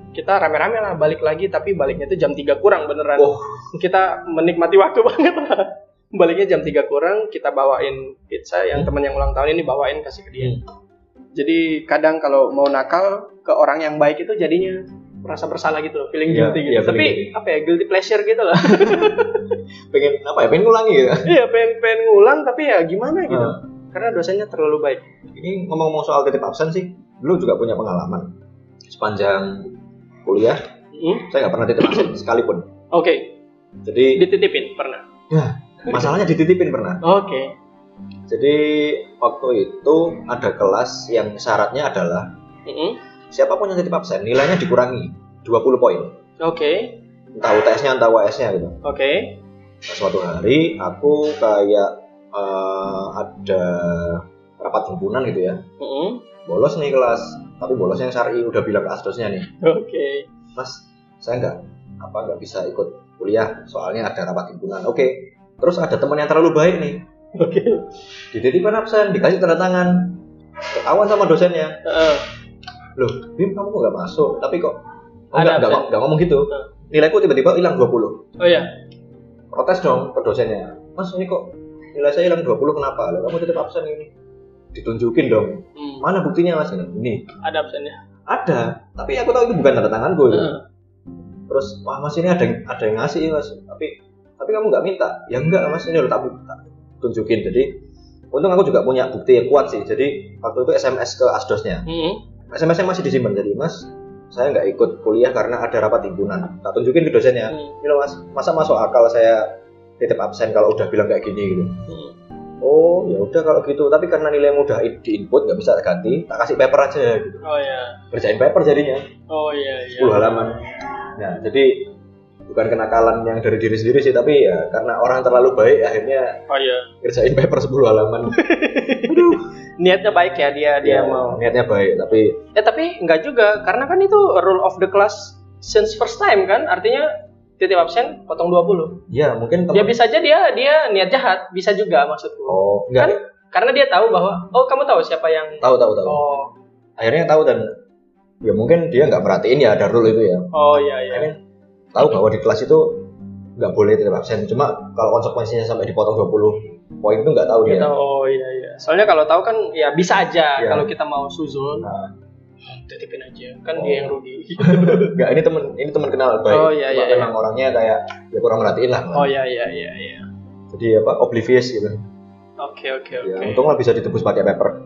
[SPEAKER 2] kita rame-rame lah balik lagi, tapi baliknya itu jam tiga kurang beneran.
[SPEAKER 1] Oh.
[SPEAKER 2] Kita menikmati waktu banget lah. Baliknya jam tiga kurang, kita bawain pizza yang hmm. teman yang ulang tahun ini bawain kasih ke dia. Hmm. Jadi kadang kalau mau nakal ke orang yang baik itu jadinya merasa bersalah gitu, feeling
[SPEAKER 1] ya,
[SPEAKER 2] guilty gitu.
[SPEAKER 1] Ya,
[SPEAKER 2] tapi
[SPEAKER 1] guilty.
[SPEAKER 2] apa ya, guilty pleasure gitu lah.
[SPEAKER 1] pengen apa ya, pengen ngulangi ya?
[SPEAKER 2] Iya, pengen pengen ngulang tapi ya gimana gitu. Uh. Karena dosennya terlalu baik.
[SPEAKER 1] Ini ngomong-ngomong soal titip absen sih, dulu juga punya pengalaman. Sepanjang kuliah, hmm? saya nggak pernah titip absen sekalipun.
[SPEAKER 2] Oke. Okay.
[SPEAKER 1] Jadi
[SPEAKER 2] dititipin pernah?
[SPEAKER 1] Ya, masalahnya dititipin pernah.
[SPEAKER 2] Oke. Okay.
[SPEAKER 1] Jadi waktu itu ada kelas yang syaratnya adalah mm-hmm. siapapun yang titip absen nilainya dikurangi dua puluh poin.
[SPEAKER 2] Oke. Okay.
[SPEAKER 1] Entah U T S-nya entah U A S-nya gitu.
[SPEAKER 2] Oke. Okay.
[SPEAKER 1] Nah, suatu hari aku kayak uh, ada rapat himpunan gitu ya. Mm-hmm. Bolos nih kelas, tapi bolosnya yang syar'i, udah bilang ke asdosnya nih.
[SPEAKER 2] Oke. Okay.
[SPEAKER 1] Mas, saya nggak apa nggak bisa ikut kuliah soalnya ada rapat himpunan. Oke. Okay. Terus ada teman yang terlalu baik nih.
[SPEAKER 2] Oke. Okay.
[SPEAKER 1] Dititipkan absen, dikasih tanda tangan, ketahuan sama dosennya. Uh. Loh, Bim kamu kok nggak masuk? Tapi kok oh, nggak nggak ngomong gitu. Uh. Nilaiku tiba-tiba hilang dua puluh.
[SPEAKER 2] Oh iya.
[SPEAKER 1] Protes dong ke dosennya. Mas ini kok nilai saya hilang dua puluh kenapa? Loh, kamu titip absen ini. Ditunjukin dong. Hmm. Mana buktinya Mas ini? Ini.
[SPEAKER 2] Ada absennya.
[SPEAKER 1] Ada. Tapi aku tahu itu bukan tanda tanganku. Uh. Terus wah Mas ini ada yang ada yang ngasih Mas. Tapi tapi kamu nggak minta? Ya enggak Mas, ini udah tak tunjukin. Jadi untung aku juga punya bukti yang kuat sih. Jadi waktu itu S M S ke asdosnya. Mm-hmm. S M S-nya masih disimpan. Jadi Mas, saya nggak ikut kuliah karena ada rapat himpunan. Tak tunjukin ke dosennya. Mm. Ini loh Mas, masa masuk akal saya titip absen kalau udah bilang kayak gini gitu. Mm. Oh ya udah kalau gitu. Tapi karena nilai mudah di input nggak bisa ganti, tak kasih paper aja gitu.
[SPEAKER 2] Oh iya.
[SPEAKER 1] Kerjain paper jadinya.
[SPEAKER 2] Oh iya iya.
[SPEAKER 1] sepuluh halaman. Nah jadi bukan kenakalan yang dari diri sendiri sih, tapi ya karena orang terlalu baik akhirnya
[SPEAKER 2] oh, iya.
[SPEAKER 1] kerjain paper sepuluh halaman.
[SPEAKER 2] Aduh, niatnya baik ya dia dia ya, mau.
[SPEAKER 1] Niatnya baik tapi
[SPEAKER 2] ya tapi enggak juga karena kan itu rule of the class since first time kan, artinya titip absen potong dua puluh.
[SPEAKER 1] Ya, mungkin teman.
[SPEAKER 2] Ya bisa aja dia dia niat jahat, bisa juga maksudku.
[SPEAKER 1] Oh, enggak.
[SPEAKER 2] Kan karena dia tahu bahwa oh kamu tahu siapa yang
[SPEAKER 1] tahu tahu tahu.
[SPEAKER 2] Oh.
[SPEAKER 1] Akhirnya tahu dan ya mungkin dia enggak perhatiin ya ada rule itu ya.
[SPEAKER 2] Oh iya iya. I mean,
[SPEAKER 1] tahu bahwa di kelas itu nggak boleh titip absen, cuma kalau konsekuensinya sampai dipotong dua puluh poin itu nggak tahu dia.
[SPEAKER 2] Oh iya iya. Soalnya kalau tahu kan ya bisa aja ya. Kalau kita mau suzon, nah. titipin aja, kan oh. dia yang rugi.
[SPEAKER 1] Nggak, ini teman ini teman kenal baik.
[SPEAKER 2] Oh iya iya.
[SPEAKER 1] Memang iya. orangnya kayak ya kurang merhatiin lah.
[SPEAKER 2] Oh iya iya iya iya.
[SPEAKER 1] Jadi apa oblivious gitu.
[SPEAKER 2] Oke oke oke.
[SPEAKER 1] Ya, untunglah bisa ditebus pakai paper.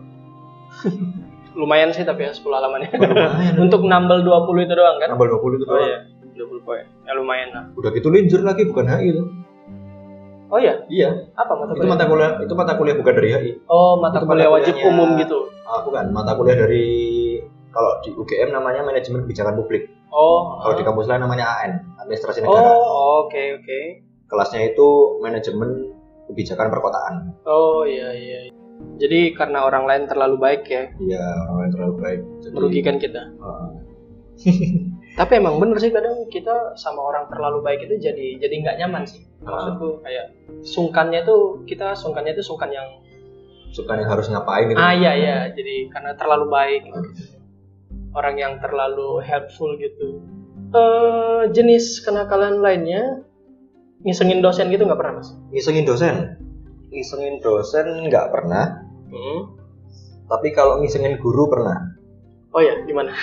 [SPEAKER 2] Lumayan sih tapi ya sepuluh halamannya. Lumayan. Untuk nambel dua puluh itu doang kan?
[SPEAKER 1] Nambel dua puluh itu doang.
[SPEAKER 2] Oh iya. dua puluh poin. Ya lumayan lah.
[SPEAKER 1] Udah gitu linjur lagi bukan H I itu.
[SPEAKER 2] Oh iya?
[SPEAKER 1] Iya.
[SPEAKER 2] Apa mata kuliah?
[SPEAKER 1] Itu mata kuliah, itu mata kuliah bukan dari H I.
[SPEAKER 2] Oh, mata itu kuliah wajib umum gitu.
[SPEAKER 1] Ah, bukan, mata kuliah dari kalau di U G M namanya manajemen kebijakan publik.
[SPEAKER 2] Oh.
[SPEAKER 1] Kalau uh. di kampus lain namanya A N, administrasi negara.
[SPEAKER 2] Oh, oke okay, oke. Okay.
[SPEAKER 1] Kelasnya itu manajemen kebijakan perkotaan.
[SPEAKER 2] Oh, iya iya. Jadi karena orang lain terlalu baik ya.
[SPEAKER 1] Iya, orang lain terlalu baik. Jadi,
[SPEAKER 2] merugikan kita. Uh. Tapi emang bener sih kadang kita sama orang terlalu baik itu jadi jadi nggak nyaman sih. Maksudku kayak sungkannya tuh kita sungkannya tuh sungkan yang
[SPEAKER 1] sungkan yang harus ngapain gitu.
[SPEAKER 2] Ah iya iya, jadi karena terlalu baik gitu. Orang yang terlalu helpful gitu. Uh, jenis kenakalan lainnya ngisengin dosen gitu nggak pernah Mas?
[SPEAKER 1] Ngisengin dosen? Ngisengin dosen nggak pernah. Hmm. Tapi kalau ngisengin guru pernah.
[SPEAKER 2] Oh ya, gimana?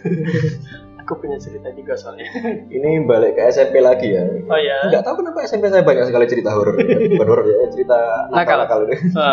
[SPEAKER 2] Aku punya cerita juga soalnya.
[SPEAKER 1] Ini balik ke S M P lagi ya.
[SPEAKER 2] Oh ya.
[SPEAKER 1] Nggak tahu kenapa S M P saya banyak sekali cerita horor. Bukan horor ya, cerita nakal-nakal ini. Uh.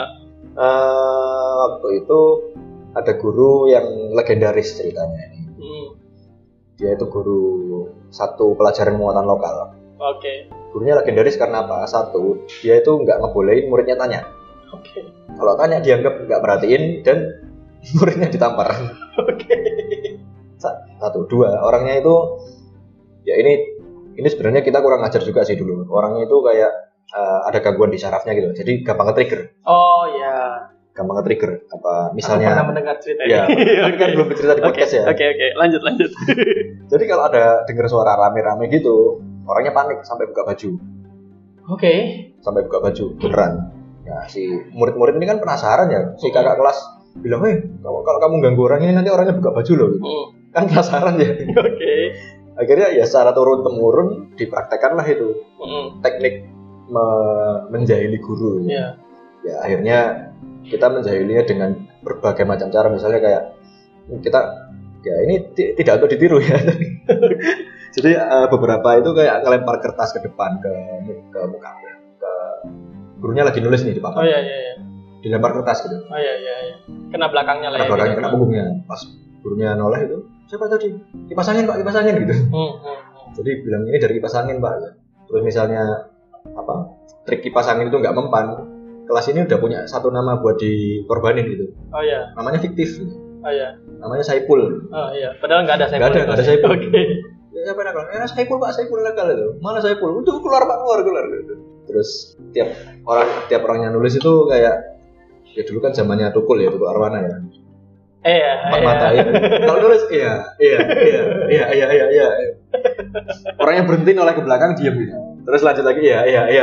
[SPEAKER 1] Uh, waktu itu ada guru yang legendaris ceritanya ini. Hmm. Dia itu guru satu pelajaran muatan lokal.
[SPEAKER 2] Oke. Okay.
[SPEAKER 1] Gurunya legendaris karena apa? Satu, dia itu nggak ngebolehin muridnya tanya.
[SPEAKER 2] Oke. Okay.
[SPEAKER 1] Kalau tanya dianggap nggak perhatiin dan muridnya ditampar.
[SPEAKER 2] Oke. Okay.
[SPEAKER 1] Satu, dua, orangnya itu ya ini ini sebenarnya kita kurang ajar juga sih dulu. Orangnya itu kayak uh, ada gangguan di sarafnya gitu. Jadi gampang nge-trigger.
[SPEAKER 2] Oh ya.
[SPEAKER 1] Gampang nge-trigger apa misalnya.
[SPEAKER 2] Aku pernah mendengar cerita
[SPEAKER 1] ya. Iya.
[SPEAKER 2] Okay.
[SPEAKER 1] Kan belum bercerita di podcast
[SPEAKER 2] okay.
[SPEAKER 1] ya.
[SPEAKER 2] Oke okay, oke, okay. lanjut lanjut.
[SPEAKER 1] Jadi kalau ada dengar suara rame-rame gitu, orangnya panik sampai buka baju.
[SPEAKER 2] Oke. Okay.
[SPEAKER 1] Sampai buka baju beneran. Ya si murid-murid ini kan penasaran ya, si kakak kelas bilang, "Eh, kalau, kalau kamu ganggu orang ini nanti orangnya buka baju loh." Gitu. Hmm. Kan penasaran ya. Oke.
[SPEAKER 2] Okay.
[SPEAKER 1] Akhirnya ya secara turun temurun dipraktekkanlah itu hmm. teknik me- menjahili guru.
[SPEAKER 2] Yeah.
[SPEAKER 1] Ya akhirnya kita menjahilinya dengan berbagai macam cara, misalnya kayak kita ya ini t- tidak untuk ditiru ya. Jadi uh, beberapa itu kayak ngelempar kertas ke depan ke ke muka ke gurunya lagi nulis nih di papan.
[SPEAKER 2] Oh iya iya iya.
[SPEAKER 1] Dilempar kertas gitu.
[SPEAKER 2] Oh iya iya iya. Kena belakangnya lah
[SPEAKER 1] kena
[SPEAKER 2] ya.
[SPEAKER 1] Belakangnya,
[SPEAKER 2] gitu.
[SPEAKER 1] Kena punggungnya. Pas gurunya noleh itu, "Siapa tadi? Kipas angin, Pak, kipas angin." Gitu. Hmm, hmm, hmm. Jadi bilang ini dari kipas angin, Pak. Terus misalnya apa? Trik kipas angin itu enggak mempan. Kelas ini udah punya satu nama buat dikorbanin gitu.
[SPEAKER 2] Oh iya.
[SPEAKER 1] Namanya fiktif.
[SPEAKER 2] Oh iya.
[SPEAKER 1] Namanya Saipul.
[SPEAKER 2] Oh iya. Padahal nggak ada Saipul.
[SPEAKER 1] Nggak ada, nggak ada Saipul.
[SPEAKER 2] Oke. Okay.
[SPEAKER 1] Ya apa nakal? Eh Saipul Pak, Saipul nakal itu. Mana Saipul? Udah keluar Pak, keluar keluar gitu. Terus tiap orang tiap orangnya nulis itu kayak ya dulu kan zamannya Tukul ya, Tukul Arwana ya.
[SPEAKER 2] Eh ya.
[SPEAKER 1] Empat mata ya. Kalau nulis iya, iya, iya, iya, iya, iya, iya. Orangnya berhenti noleh ke belakang diam gitu. Terus lanjut lagi iya, iya, iya.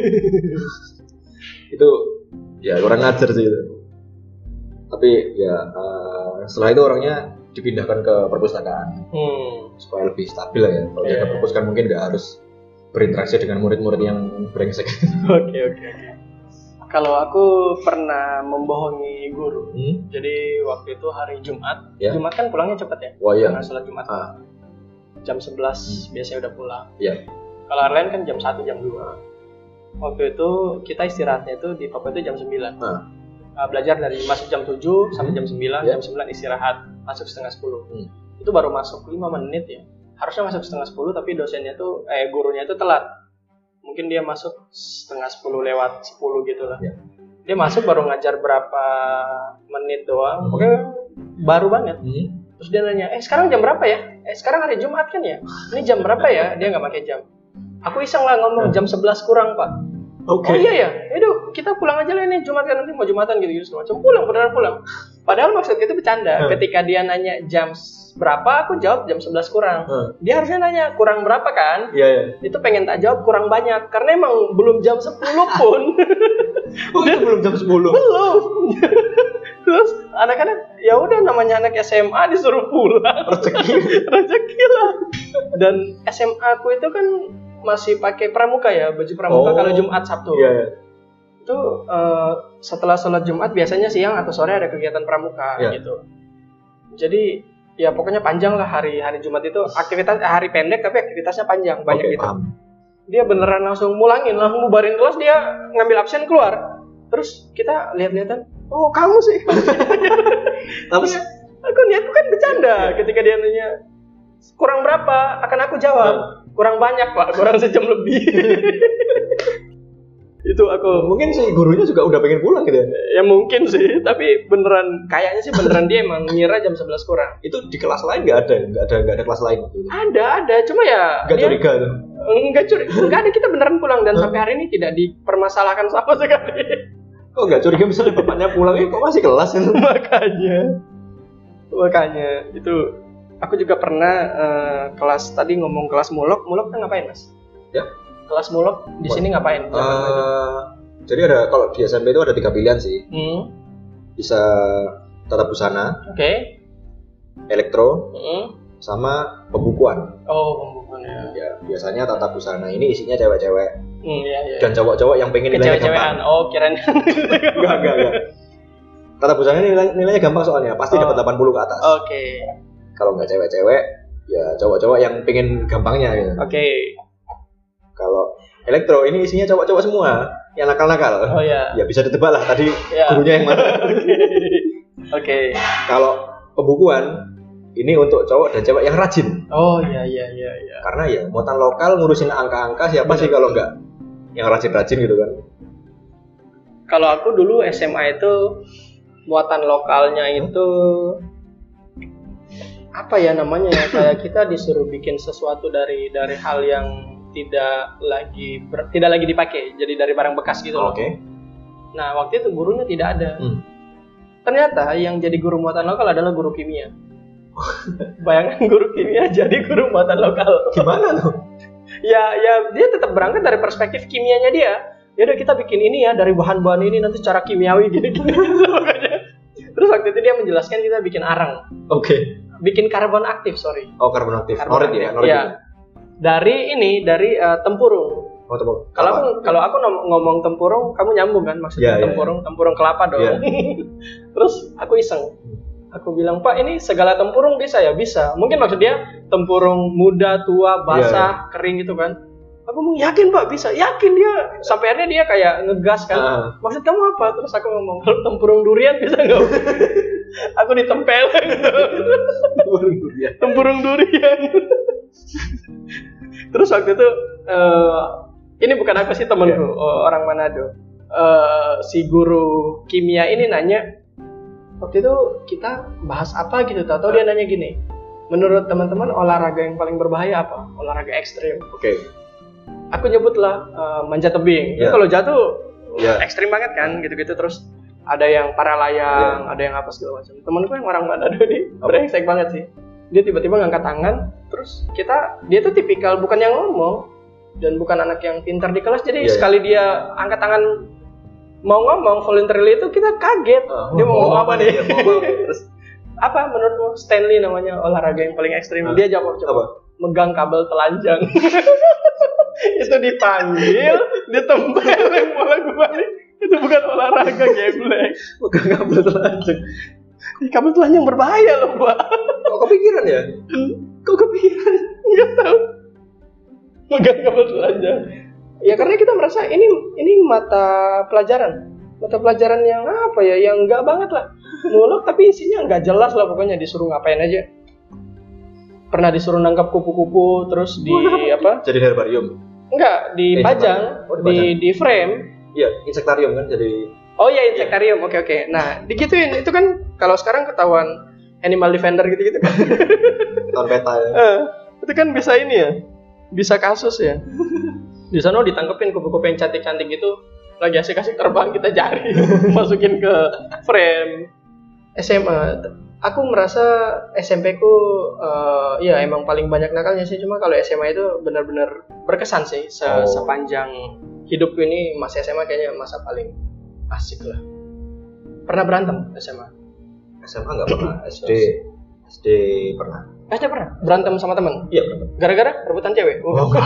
[SPEAKER 1] Itu ya kurang ngajar sih itu. Tapi ya uh, setelah itu orangnya dipindahkan ke perpustakaan hmm. supaya lebih stabil lah ya. Kalau yeah. dia ke perpustakaan mungkin nggak harus berinteraksi dengan murid-murid yang brengsek.
[SPEAKER 2] Oke oke oke. Kalau aku pernah membohongi guru. Hmm? Jadi waktu itu hari Jumat. Yeah. Jumat kan pulangnya cepat ya.
[SPEAKER 1] Wah iya.
[SPEAKER 2] Karena sholat Jumat. Ah. Jam sebelas hmm. biasanya udah pulang.
[SPEAKER 1] Iya. Yeah.
[SPEAKER 2] Kalau lain kan jam satu, jam dua. Waktu itu kita istirahatnya itu di Papua itu jam sembilan. Ah. Uh, belajar dari masuk jam tujuh hmm. sampai jam sembilan, yeah. jam sembilan istirahat, masuk setengah sepuluh. Hmm. Itu baru masuk lima menit ya. Harusnya masuk setengah sepuluh tapi dosennya tuh, eh gurunya itu telat. Mungkin dia masuk setengah sepuluh lewat sepuluh gitu lah. Yeah. Dia masuk baru ngajar berapa menit doang, hmm. pokoknya baru banget. Hmm. Terus dia nanya, eh sekarang jam berapa ya? Eh sekarang hari Jumat kan ya? Ini jam berapa ya? Dia nggak pakai jam. Aku iseng lah ngomong jam sebelas kurang Pak.
[SPEAKER 1] Oke. Okay.
[SPEAKER 2] Oh iya ya, yaudah kita pulang aja lah ini Jumat kan nanti mau Jumatan gitu-gitu semua. Cuma pulang, beneran pulang. Padahal maksud itu bercanda. Hmm. Ketika dia nanya jam berapa, aku jawab jam sebelas kurang. Hmm. Dia harusnya nanya kurang berapa kan?
[SPEAKER 1] Iya, iya.
[SPEAKER 2] Itu pengen tak jawab kurang banyak karena emang belum jam sepuluh pun.
[SPEAKER 1] Oh, itu belum jam sepuluh.
[SPEAKER 2] Belum. Terus anak-anak ya udah namanya anak S M A disuruh pulang.
[SPEAKER 1] Rezeki.
[SPEAKER 2] Rezeki lah. Dan S M A aku itu kan masih pakai pramuka ya, baju pramuka oh, kalau Jumat Sabtu.
[SPEAKER 1] Iya, iya.
[SPEAKER 2] Itu uh, setelah sholat Jumat biasanya siang atau sore ada kegiatan pramuka iya. gitu. Jadi ya pokoknya panjang lah hari hari Jumat itu, aktivitas hari pendek tapi aktivitasnya panjang, banyak okay, gitu. Paham. Dia beneran langsung mulangin, langsung bubarin kelas, dia ngambil absen keluar. Terus kita lihat-lihatan, oh kamu sih. Tapi ya, aku niatku kan bercanda ketika dia nanya kurang berapa, akan aku jawab kurang banyak Pak, kurang sejam lebih. Itu aku
[SPEAKER 1] mungkin sih gurunya juga udah pengen pulang gitu ya.
[SPEAKER 2] Ya mungkin sih, tapi beneran kayaknya sih beneran dia emang ngira jam sebelas kurang.
[SPEAKER 1] Itu di kelas lain nggak ada, nggak ada, nggak ada kelas lain gitu.
[SPEAKER 2] Ada, ada, cuma ya
[SPEAKER 1] nggak curiga tuh.
[SPEAKER 2] Nggak curiga, nggak ada, kita beneran pulang dan sampai hari ini tidak dipermasalahkan sama sekali.
[SPEAKER 1] Kok nggak curiga misalnya bapaknya pulang, eh kok masih kelas ya?
[SPEAKER 2] Makanya, makanya itu. Aku juga pernah uh, kelas tadi ngomong kelas mulok, mulok kan ngapain Mas?
[SPEAKER 1] Ya.
[SPEAKER 2] Kelas mulok di What? Sini ngapain?
[SPEAKER 1] Uh, jadi ada kalau di S M P itu ada tiga pilihan sih. Hmm. Bisa tata busana,
[SPEAKER 2] oke, okay.
[SPEAKER 1] elektro,
[SPEAKER 2] hmm.
[SPEAKER 1] sama pembukuan.
[SPEAKER 2] Oh pembukuan ya.
[SPEAKER 1] Ya biasanya tata busana ini isinya cewek-cewek.
[SPEAKER 2] Hmm, ya, ya.
[SPEAKER 1] Dan cowok-cowok yang pengen nilainya gampang.
[SPEAKER 2] Oh kirain.
[SPEAKER 1] Enggak enggak enggak. Tata busana ini nilai, nilainya gampang soalnya, pasti oh. dapat delapan puluh ke atas.
[SPEAKER 2] Oke. Okay.
[SPEAKER 1] Kalau nggak cewek-cewek, ya cowok-cowok yang pengen gampangnya gitu.
[SPEAKER 2] Oke. Okay.
[SPEAKER 1] Kalau elektro ini isinya cowok-cowok semua yang nakal-nakal.
[SPEAKER 2] Oh ya.
[SPEAKER 1] Ya bisa ditebak lah tadi yeah. gurunya yang mana.
[SPEAKER 2] Oke. Okay.
[SPEAKER 1] Kalau pembukuan ini untuk cowok dan cewek yang rajin.
[SPEAKER 2] Oh iya iya iya. iya.
[SPEAKER 1] Karena ya muatan lokal ngurusin angka-angka siapa Betul. Sih kalau nggak yang rajin-rajin gitu kan.
[SPEAKER 2] Kalau aku dulu S M A itu muatan lokalnya itu apa ya namanya ya, kayak kita disuruh bikin sesuatu dari dari hal yang tidak lagi ber, tidak lagi dipakai, jadi dari barang bekas gitu loh.
[SPEAKER 1] Oke. Okay.
[SPEAKER 2] Nah waktu itu gurunya tidak ada. Hmm. Ternyata yang jadi guru muatan lokal adalah guru kimia. Bayangkan guru kimia jadi guru muatan lokal.
[SPEAKER 1] Gimana tuh?
[SPEAKER 2] ya ya dia tetap berangkat dari perspektif kimianya dia. Ya udah kita bikin ini ya dari bahan-bahan ini nanti cara kimiawi gini-gini. Terus Terus waktu itu dia menjelaskan kita bikin arang.
[SPEAKER 1] Oke. Okay.
[SPEAKER 2] Bikin karbon aktif, sorry.
[SPEAKER 1] Oh, karbon aktif.
[SPEAKER 2] Karbon
[SPEAKER 1] norit ya, norit.
[SPEAKER 2] Ya. Dari ini, dari uh, tempurung.
[SPEAKER 1] Oh, tempurung.
[SPEAKER 2] Kalau aku kalau aku ngomong tempurung, kamu nyambung kan maksudnya
[SPEAKER 1] yeah,
[SPEAKER 2] tempurung,
[SPEAKER 1] yeah.
[SPEAKER 2] tempurung kelapa dong. Yeah. Terus aku iseng. Aku bilang, "Pak, ini segala tempurung bisa ya?" Bisa. Mungkin maksud dia tempurung muda, tua, basah, yeah. kering gitu kan. Aku mau yakin, Pak, bisa. Yakin dia. Sampai akhirnya dia kayak ngegas kan. Uh. Maksud kamu apa? Terus aku ngomong, "Kalau tempurung durian bisa enggak?" Aku ditempel. Tempurung durian. Tempurung durian. Terus waktu itu uh, ini bukan aku sih, temanku, yeah. orang Manado. Uh, si guru kimia ini nanya, waktu itu kita bahas apa gitu, tahu dia nanya gini, menurut teman-teman olahraga yang paling berbahaya apa? Olahraga ekstrim. Oke. Okay. Aku nyebutlah uh, manjat tebing. Yeah. Kalau jatuh yeah. ekstrim banget kan, gitu-gitu. Terus ada yang para layang, yeah. ada yang apa segala macam. Temanku yang orang Manado ini brengsek banget sih. Dia tiba-tiba ngangkat tangan, terus kita, dia tuh tipikal bukan yang ngomong dan bukan anak yang pintar di kelas. Jadi yeah, sekali yeah. dia angkat tangan mau ngomong voluntarily itu kita kaget. Uh, dia mau ngomong apa nih? Ya, mau terus apa menurutmu Stanley namanya olahraga yang paling ekstrim? Uh, dia jawab coba. Megang kabel telanjang. Itu dipanggil, ditempelin bolak-balik. Itu bukan olahraga, geblek. Megang kabel telanjang. Kabel telanjang berbahaya loh, Pak.
[SPEAKER 1] Kok kepikiran ya?
[SPEAKER 2] Kok kepikiran? Enggak tahu. Megang kabel telanjang. Ya karena kita merasa ini ini mata pelajaran. Mata pelajaran yang apa ya? Yang enggak banget lah. Muluk tapi isinya enggak jelas lah, pokoknya disuruh ngapain aja. Pernah disuruh nangkap kupu-kupu terus di oh, apa?
[SPEAKER 1] Jadi herbarium.
[SPEAKER 2] Enggak, dipajang, eh, oh, di di frame.
[SPEAKER 1] Iya, insektarium kan jadi.
[SPEAKER 2] Oh iya, insektarium. Oke oke. Nah, digituin itu kan kalau sekarang ketahuan animal defender gitu-gitu kan.
[SPEAKER 1] Ketahuan peta ya.
[SPEAKER 2] Uh, itu kan bisa ini ya. Bisa kasus ya. Di sana ditangkepin kupu-kupu yang cantik-cantik gitu, lagi asik-asik terbang kita cari, masukin ke frame. S M A, aku merasa S M P ku uh, ya emang paling banyak nakalnya sih, cuma kalau S M A itu benar-benar berkesan sih se- oh. sepanjang hidupku ini. Masih S M A kayaknya masa paling asik lah. Pernah berantem S M A?
[SPEAKER 1] S M A nggak pernah. S D S D pernah.
[SPEAKER 2] S D pernah berantem sama teman?
[SPEAKER 1] Iya berantem.
[SPEAKER 2] Gara-gara rebutan cewek? Oh.
[SPEAKER 1] Oh.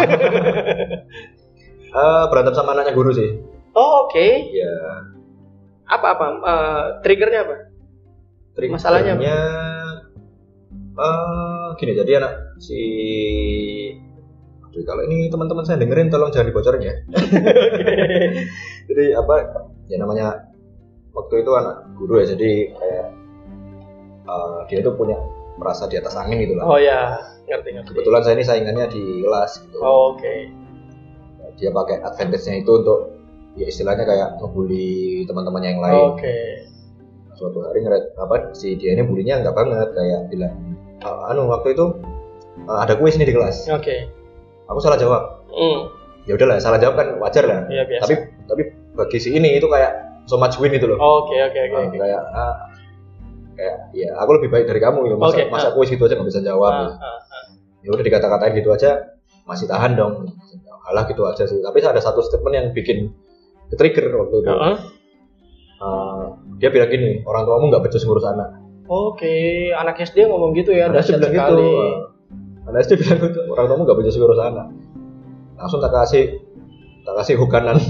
[SPEAKER 1] uh, berantem sama anaknya guru sih.
[SPEAKER 2] Oh oke. Okay.
[SPEAKER 1] Ya.
[SPEAKER 2] Apa-apa? Uh, triggernya apa?
[SPEAKER 1] Triggernya,
[SPEAKER 2] masalahnya apa?
[SPEAKER 1] Uh, gini, jadi anak si. Aduh, kalau ini teman-teman saya dengerin tolong jangan dibocorin ya. Jadi apa? Ya namanya waktu itu anak guru ya, jadi kayak uh, dia tuh punya merasa di atas angin gitu lah.
[SPEAKER 2] Oh ya, ngerti ngerti.
[SPEAKER 1] Kebetulan saya ini saingannya di kelas gitu.
[SPEAKER 2] Oh, oke. Okay.
[SPEAKER 1] Dia pakai advantage-nya itu untuk ya istilahnya kayak ngebully teman-temannya yang lain.
[SPEAKER 2] Oke. Okay.
[SPEAKER 1] Suatu hari ngeliat apa si dia ini bulinya enggak banget, kayak bilang anu waktu itu uh, ada kuis nih di kelas.
[SPEAKER 2] Oke. Okay.
[SPEAKER 1] Aku salah jawab.
[SPEAKER 2] Mm.
[SPEAKER 1] Ya udahlah, salah jawab kan wajar lah.
[SPEAKER 2] Iya, biasa.
[SPEAKER 1] Tapi tapi bagi si ini itu kayak so much win itu loh.
[SPEAKER 2] Oke oke oke.
[SPEAKER 1] Kayak ah, kayak ya aku lebih baik dari kamu ya, masa okay, masa kuis gitu aja nggak bisa jawab. Uh, uh, uh. Ya udah dikata-katain gitu aja masih tahan dong. Alah gitu aja sih. Tapi ada satu statement yang bikin ke-trigger waktu itu. Uh-huh. Uh, dia bilang gini, orang tuamu nggak becus ngurus anak.
[SPEAKER 2] Oke, okay. Anak S D ngomong gitu ya,
[SPEAKER 1] anak S D bilang sekali. Gitu. Uh, anak S D bilang gitu, orang tuamu nggak becus ngurus anak. Langsung tak kasih, tak kasih hukanan.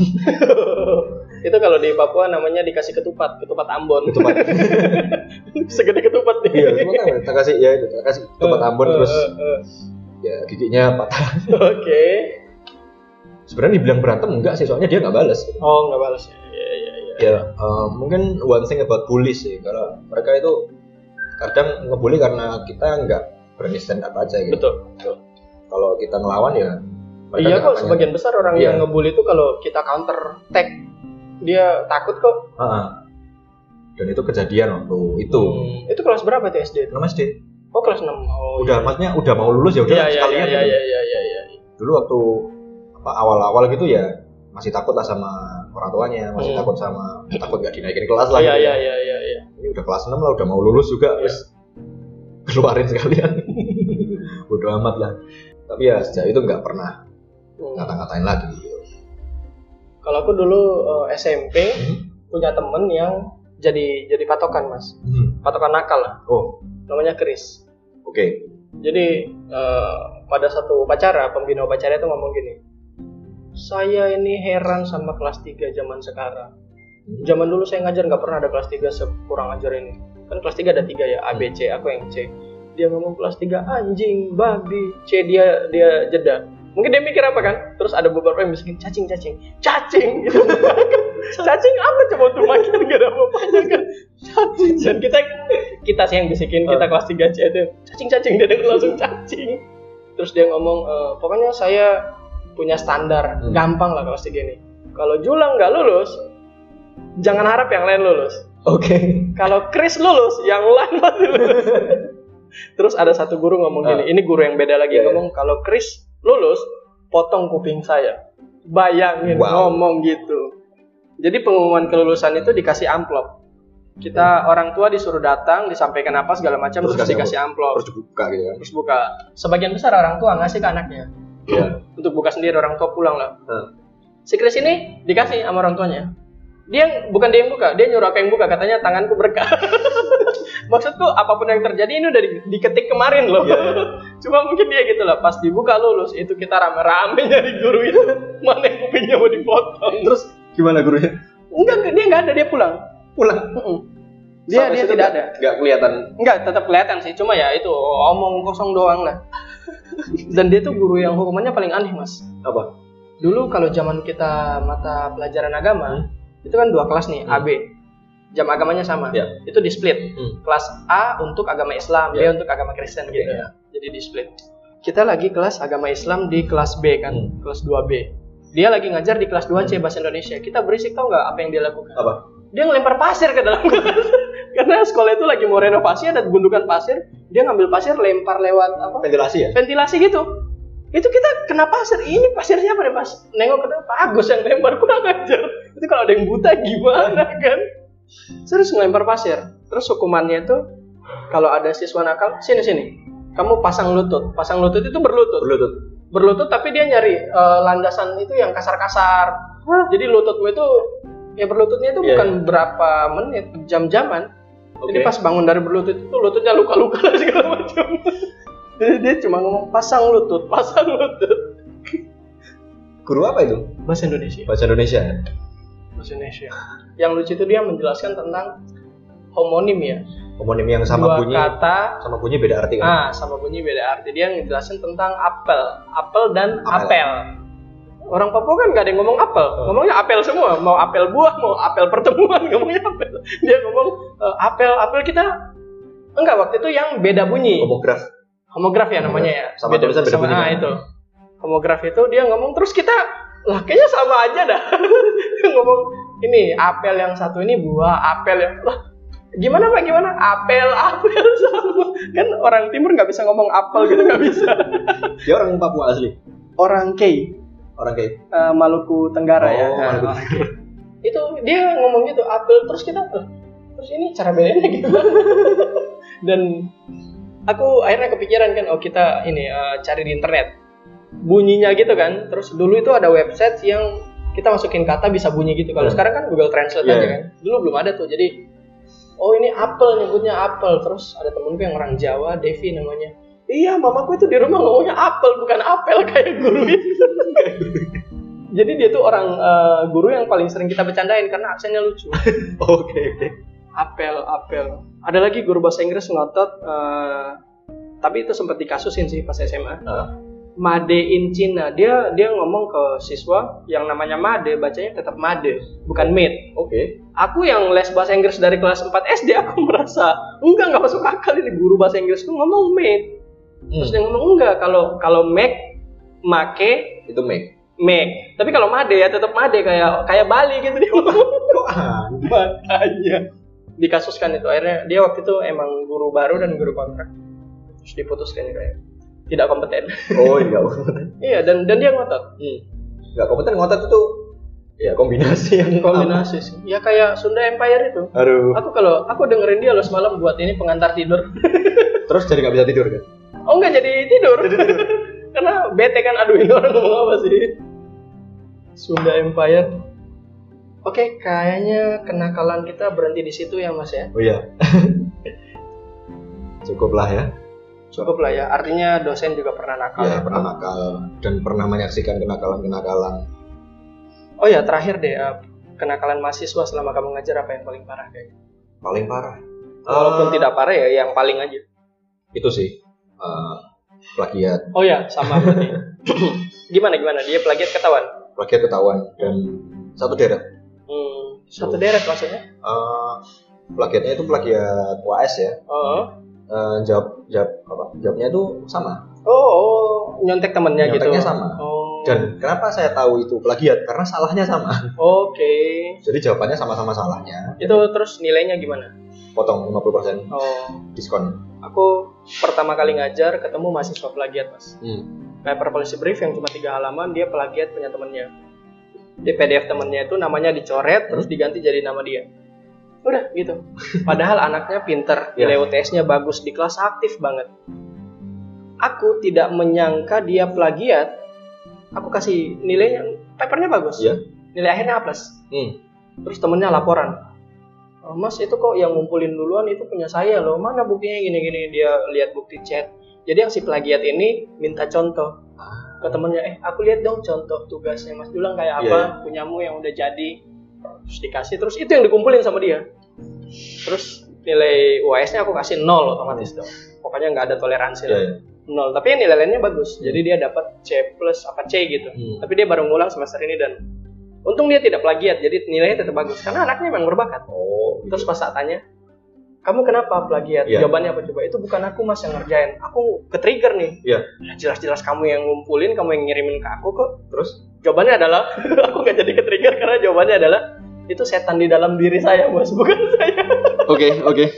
[SPEAKER 2] Itu kalau di Papua namanya dikasih ketupat, ketupat Ambon.
[SPEAKER 1] Ketupat.
[SPEAKER 2] Segede ketupat nih.
[SPEAKER 1] Iya, ketupat. Tak kasih ya itu, tak kasih ketupat Ambon uh, terus. Uh, uh. Ya giginya patah.
[SPEAKER 2] Oke. Okay.
[SPEAKER 1] Sebenarnya dibilang berantem enggak sih, soalnya dia nggak balas.
[SPEAKER 2] Oh, nggak balas ya. Iya, iya, iya.
[SPEAKER 1] Ya, uh, mungkin one thing about bully sih, kalau mereka itu kadang ngebully karena kita nggak berani stand up aja gitu.
[SPEAKER 2] Betul. Betul.
[SPEAKER 1] Kalau kita ngelawan ya.
[SPEAKER 2] Iya kok, sebagian besar orang iya. yang ngebully itu kalau kita counter attack dia takut kok.
[SPEAKER 1] Uh-huh. Dan itu kejadian waktu itu.
[SPEAKER 2] Hmm, itu kelas berapa tuh S D?
[SPEAKER 1] enam S D.
[SPEAKER 2] Oh kelas enam. Oh,
[SPEAKER 1] udah,
[SPEAKER 2] iya.
[SPEAKER 1] maksudnya udah mau lulus ya udah
[SPEAKER 2] iya,
[SPEAKER 1] sekalian.
[SPEAKER 2] Iya iya iya iya iya.
[SPEAKER 1] Dulu waktu apa awal-awal gitu ya masih takut lah sama orang tuanya, masih hmm. takut sama takut gak dinaikin kelas lah.
[SPEAKER 2] Iya
[SPEAKER 1] gitu
[SPEAKER 2] iya
[SPEAKER 1] ya.
[SPEAKER 2] iya iya iya.
[SPEAKER 1] Ini udah kelas enam lah, udah mau lulus juga, wis iya. keluarin sekalian. Bodoh amat lah. Tapi ya sejak itu nggak pernah hmm. ngata-ngatain lagi gitu.
[SPEAKER 2] Kalau aku dulu uh, S M P hmm? punya temen yang jadi jadi patokan mas, hmm. patokan nakal lah.
[SPEAKER 1] Oh,
[SPEAKER 2] namanya Chris.
[SPEAKER 1] Oke. Okay.
[SPEAKER 2] Jadi uh, pada satu upacara, pembina upacara itu ngomong gini, saya ini heran sama kelas tiga zaman sekarang. Zaman dulu saya ngajar nggak pernah ada kelas tiga sekurang ajar ini. Kan kelas tiga ada tiga ya, A, B, C, aku yang C. Dia ngomong kelas tiga anjing, babi, C dia dia jeda. Mungkin dia mikir apa kan? Terus ada beberapa yang bisikin cacing, cacing, cacing gitu. Cacing apa coba untuk makin gak ada apa-apanya kan? Cacing. Dan kita kita sih yang bisikin, kita kelas tiga C itu cacing, cacing, dia denger langsung cacing. Terus dia ngomong, e, pokoknya saya punya standar, hmm. gampang lah kelas tiga ini. Kalau Julang nggak lulus, jangan harap yang lain lulus.
[SPEAKER 1] Oke. Okay.
[SPEAKER 2] Kalau Chris lulus, yang lain pasti lulus. Terus ada satu guru ngomong gini, uh. ini guru yang beda lagi yeah, ngomong, kalau Chris lulus, potong kuping saya. Bayangin wow. ngomong gitu. Jadi pengumuman kelulusan itu dikasih amplop. Kita hmm. orang tua disuruh datang, disampaikan apa segala macam, terus, terus dikasih amplop.
[SPEAKER 1] Terus dibuka gitu kan.
[SPEAKER 2] Terus buka. Sebagian besar orang tua ngasih ke anaknya.
[SPEAKER 1] Yeah.
[SPEAKER 2] Untuk buka sendiri, orang tua pulang lah.
[SPEAKER 1] Hmm.
[SPEAKER 2] Si Chris ini dikasih sama orang tuanya. Dia bukan dia yang buka, dia nyuruh aku yang buka, katanya tanganku berkah. Maksudku apapun yang terjadi ini udah di, diketik kemarin loh. Yeah. Cuma mungkin dia gitu lah, pas dibuka lulus itu kita rame-rame nyari guru itu. Mana yang kupingnya mau dipotong.
[SPEAKER 1] Terus gimana gurunya?
[SPEAKER 2] Enggak, dia enggak ada, dia pulang.
[SPEAKER 1] Pulang.
[SPEAKER 2] Uh-uh. Dia
[SPEAKER 1] Sampai
[SPEAKER 2] dia tidak ada.
[SPEAKER 1] Enggak kelihatan.
[SPEAKER 2] Enggak, tetap kelihatan sih, cuma ya itu omong kosong doang lah. Dan dia tuh guru yang hukumannya paling aneh, Mas.
[SPEAKER 1] Apa?
[SPEAKER 2] Dulu kalau zaman kita mata pelajaran agama, hmm. itu kan dua kelas nih, hmm. A, B. Jam agamanya sama. Ya. Itu di split. Hmm. Kelas A untuk agama Islam, ya. B untuk agama Kristen gitu ya. Jadi di split. Kita lagi kelas agama Islam di kelas B kan, hmm. kelas dua B. Dia lagi ngajar di kelas dua C hmm. bahasa Indonesia. Kita berisik, tau nggak apa yang dia lakukan?
[SPEAKER 1] Apa?
[SPEAKER 2] Dia ngelempar pasir ke dalam kelas. Karena sekolah itu lagi mau renovasi, ada gundukan pasir. Dia ngambil pasir, lempar lewat apa?
[SPEAKER 1] Ventilasi ya?
[SPEAKER 2] Ventilasi gitu. Itu kita kena pasir. Ini pasir siapa nih pas? Nengok ke depan, Pak Agus yang lempar, kurang ajar. Itu kalau ada yang buta gimana kan? Terus ngelempar pasir. Terus hukumannya itu kalau ada siswa nakal, sini sini. Kamu pasang lutut. Pasang lutut itu berlutut.
[SPEAKER 1] Berlutut.
[SPEAKER 2] Berlutut tapi dia nyari uh, landasan itu yang kasar-kasar. Hah? Jadi lututmu itu ya berlututnya itu yeah. bukan berapa menit, jam-jaman. Okay. Jadi pas bangun dari berlutut itu lututnya luka-luka dan segala macam. Jadi dia cuma ngomong pasang lutut, pasang lutut.
[SPEAKER 1] Guru apa itu?
[SPEAKER 2] Bahasa Indonesia.
[SPEAKER 1] Bahasa Indonesia.
[SPEAKER 2] Bahasa Indonesia. Yang lucu itu dia menjelaskan tentang homonim ya.
[SPEAKER 1] Homonim yang sama
[SPEAKER 2] Dua
[SPEAKER 1] bunyi.
[SPEAKER 2] Kata.
[SPEAKER 1] Sama bunyi beda arti kan?
[SPEAKER 2] Ah, sama bunyi beda arti. Dia ngejelasin tentang apel, apel dan apel. apel. Orang Papua kan gak ada yang ngomong apel, oh. ngomongnya apel semua. Mau apel buah, mau apel pertemuan, ngomongnya apel. Dia ngomong uh, apel, apel kita enggak waktu itu yang beda bunyi.
[SPEAKER 1] Homograf.
[SPEAKER 2] Homograf ya namanya ya.
[SPEAKER 1] Sama
[SPEAKER 2] beda,
[SPEAKER 1] tulisan beda
[SPEAKER 2] sama,
[SPEAKER 1] bunyi.
[SPEAKER 2] Ah, itu. Homograf itu dia ngomong terus kita lah kayaknya sama aja dah. Ngomong ini apel yang satu ini buah, apel yang lah gimana Pak gimana? Apel, apel sama. Kan orang timur nggak bisa ngomong apel gitu, nggak bisa.
[SPEAKER 1] Dia orang Papua asli.
[SPEAKER 2] Orang K.
[SPEAKER 1] Orang kayak
[SPEAKER 2] uh, Maluku Tenggara oh, ya.
[SPEAKER 1] Maluku.
[SPEAKER 2] Nah, itu dia ngomong gitu apel terus kita uh, terus ini cara bedanya gimana? Dan aku akhirnya kepikiran kan oh kita ini uh, cari di internet bunyinya gitu kan. Terus dulu itu ada website yang kita masukin kata bisa bunyi gitu. Kalau hmm. sekarang kan Google Translate yeah. aja kan. Dulu belum ada tuh. Jadi oh ini apel, nyebutnya apel. Terus ada temenku yang orang Jawa, Devi namanya. Iya, mamaku itu di rumah ngomongnya apel bukan apel kayak guru itu. Jadi dia tuh orang uh, guru yang paling sering kita bercandain karena aksennya lucu.
[SPEAKER 1] Oke, oke. Okay, okay.
[SPEAKER 2] Apel, apel. Ada lagi guru bahasa Inggris ngotot, uh, tapi itu sempat dikasusin sih pas S M A. Uh. Made in China. Dia dia ngomong ke siswa yang namanya Made, bacanya tetap Made, bukan Made.
[SPEAKER 1] Oke. Okay.
[SPEAKER 2] Aku yang les bahasa Inggris dari kelas empat S D aku merasa enggak enggak masuk akal ini guru bahasa Inggris tuh ngomong Made. Terus hmm. dia ngomong enggak, kalau kalau make, make
[SPEAKER 1] itu make,
[SPEAKER 2] make. Tapi kalau made ya tetap made kayak kayak Bali gitu dia ngomong.
[SPEAKER 1] Kok aneh?
[SPEAKER 2] Makanya dikasuskan itu akhirnya dia waktu itu emang guru baru dan guru kontrak. Terus diputuskan kayak tidak kompeten.
[SPEAKER 1] Oh iya kompeten.
[SPEAKER 2] Iya dan dan dia ngotot.
[SPEAKER 1] Hmm. Enggak kompeten ngotot itu ya kombinasi yang
[SPEAKER 2] kombinasi sih. Ya kayak Sunda Empire itu.
[SPEAKER 1] Aduh.
[SPEAKER 2] Aku kalau aku dengerin dia loh semalam buat ini pengantar tidur.
[SPEAKER 1] Terus jadi nggak bisa tidur kan?
[SPEAKER 2] Oh enggak jadi tidur. Jadi tidur. Karena bete kan aduh ini orang ngomong apa sih? Sunda Empire. Oke, kayaknya kenakalan kita berhenti di situ ya Mas ya.
[SPEAKER 1] Oh iya. Cukup lah ya.
[SPEAKER 2] Cukup lah ya. Artinya dosen juga pernah nakal.
[SPEAKER 1] Ya, pernah nakal dan pernah menyaksikan kenakalan-kenakalan.
[SPEAKER 2] Oh ya, terakhir deh, kenakalan mahasiswa selama kamu ngajar apa yang paling parah kayaknya?
[SPEAKER 1] Paling parah.
[SPEAKER 2] Walaupun
[SPEAKER 1] Uh,
[SPEAKER 2] tidak parah ya, yang paling aja.
[SPEAKER 1] Itu sih. Uh, plagiat.
[SPEAKER 2] Oh ya, sama berarti. Gimana gimana? Dia plagiat ketahuan?
[SPEAKER 1] Plagiat ketahuan dan satu deret.
[SPEAKER 2] Hmm, satu deret maksudnya?
[SPEAKER 1] Uh, plagiatnya itu plagiat U A S ya.
[SPEAKER 2] Oh.
[SPEAKER 1] Uh, jawab jawab apa? Jawabnya itu sama.
[SPEAKER 2] Oh, oh nyontek temennya gitu.
[SPEAKER 1] Nyonteknya sama.
[SPEAKER 2] Oh.
[SPEAKER 1] Dan kenapa saya tahu itu plagiat? Karena salahnya sama.
[SPEAKER 2] Oke. Okay.
[SPEAKER 1] Jadi jawabannya sama-sama salahnya.
[SPEAKER 2] Itu terus nilainya gimana?
[SPEAKER 1] Potong lima puluh persen.
[SPEAKER 2] Oh.
[SPEAKER 1] Diskon.
[SPEAKER 2] Aku pertama kali ngajar ketemu mahasiswa plagiat, Mas.
[SPEAKER 1] Hmm.
[SPEAKER 2] Paper policy brief yang cuma tiga halaman, dia plagiat punya temennya. Di P D F temennya itu namanya dicoret, terus diganti jadi nama dia. Udah gitu. Padahal anaknya pinter, nilai U T S-nya bagus, di kelas aktif banget. Aku tidak menyangka dia plagiat. Aku kasih nilainya, papernya bagus.
[SPEAKER 1] Yeah.
[SPEAKER 2] Nilai akhirnya A plus.
[SPEAKER 1] Hmm.
[SPEAKER 2] Terus temennya laporan. Oh, Mas itu kok yang ngumpulin duluan itu punya saya loh. Mana buktinya gini-gini. Dia lihat bukti chat. Jadi yang si plagiat ini minta contoh ke temennya. Eh aku lihat dong contoh tugasnya Mas Dulang kayak apa. Yeah. Punyamu yang udah jadi. Terus dikasih. Terus itu yang dikumpulin sama dia. Terus nilai U A S-nya aku kasih nol otomatis dong. Pokoknya nggak ada toleransi lah. Yeah. Nol. Tapi nilai lainnya bagus. Jadi dia dapat C plus apa C gitu. Hmm. Tapi dia baru ngulang semester ini dan untung dia tidak plagiat. Jadi nilainya tetap bagus. Karena anaknya memang berbakat. Oh. Terus pas saat tanya, kamu kenapa plagiat? Yeah. Jawabannya apa coba? Itu bukan aku Mas yang ngerjain. Aku ke-trigger nih. Iya. Yeah. Jelas-jelas kamu yang ngumpulin, kamu yang ngirimin ke aku kok. Terus jawabannya adalah aku gak jadi ke-trigger karena jawabannya adalah itu setan di dalam diri saya, Mas, bukan saya.
[SPEAKER 1] Oke, oke. Okay, okay.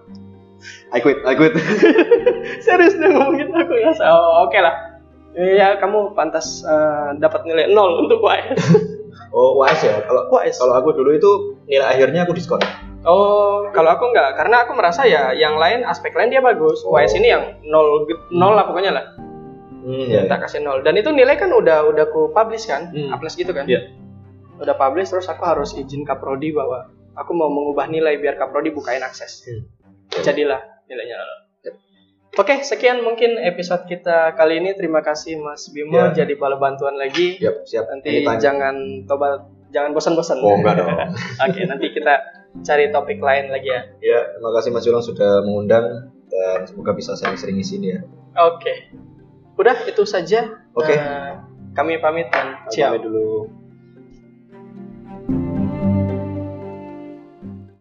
[SPEAKER 1] I quit, I quit.
[SPEAKER 2] Serius dia ngomong gitu, aku nggak tahu. Oh, oke okay lah. Ya kamu pantas uh, dapat nilai nol untuk U A S.
[SPEAKER 1] Oh, U A S ya. Kalau U A S. Kalau aku dulu itu nilai akhirnya aku diskon.
[SPEAKER 2] Oh, kalau aku enggak, karena aku merasa ya yang lain aspek lain dia bagus. Oh. U A S ini yang nol nol lah pokoknya lah. Hmm, ya, tak ya. Kasih nol. Dan itu nilai kan udah udah aku publish kan, hmm. A plus gitu kan. Iya. Udah publish terus aku harus izin Kaprodi bahwa aku mau mengubah nilai biar Kaprodi bukain akses. Hmm. Jadilah nilainya nol. Yep. Oke, sekian mungkin episode kita kali ini. Terima kasih Mas Bimo yeah. jadi bala bantuan lagi.
[SPEAKER 1] Yep, siap.
[SPEAKER 2] Nanti Anytime. jangan tobat, jangan bosan-bosan.
[SPEAKER 1] Oh enggak dong.
[SPEAKER 2] Oke, nanti kita cari topik lain lagi ya.
[SPEAKER 1] Ya, terima kasih Mas Julang sudah mengundang dan semoga bisa sering-sering di sini ya.
[SPEAKER 2] Oke. Udah itu saja.
[SPEAKER 1] Oke.
[SPEAKER 2] Uh, kami pamit dan ciao.
[SPEAKER 1] Pamit dulu.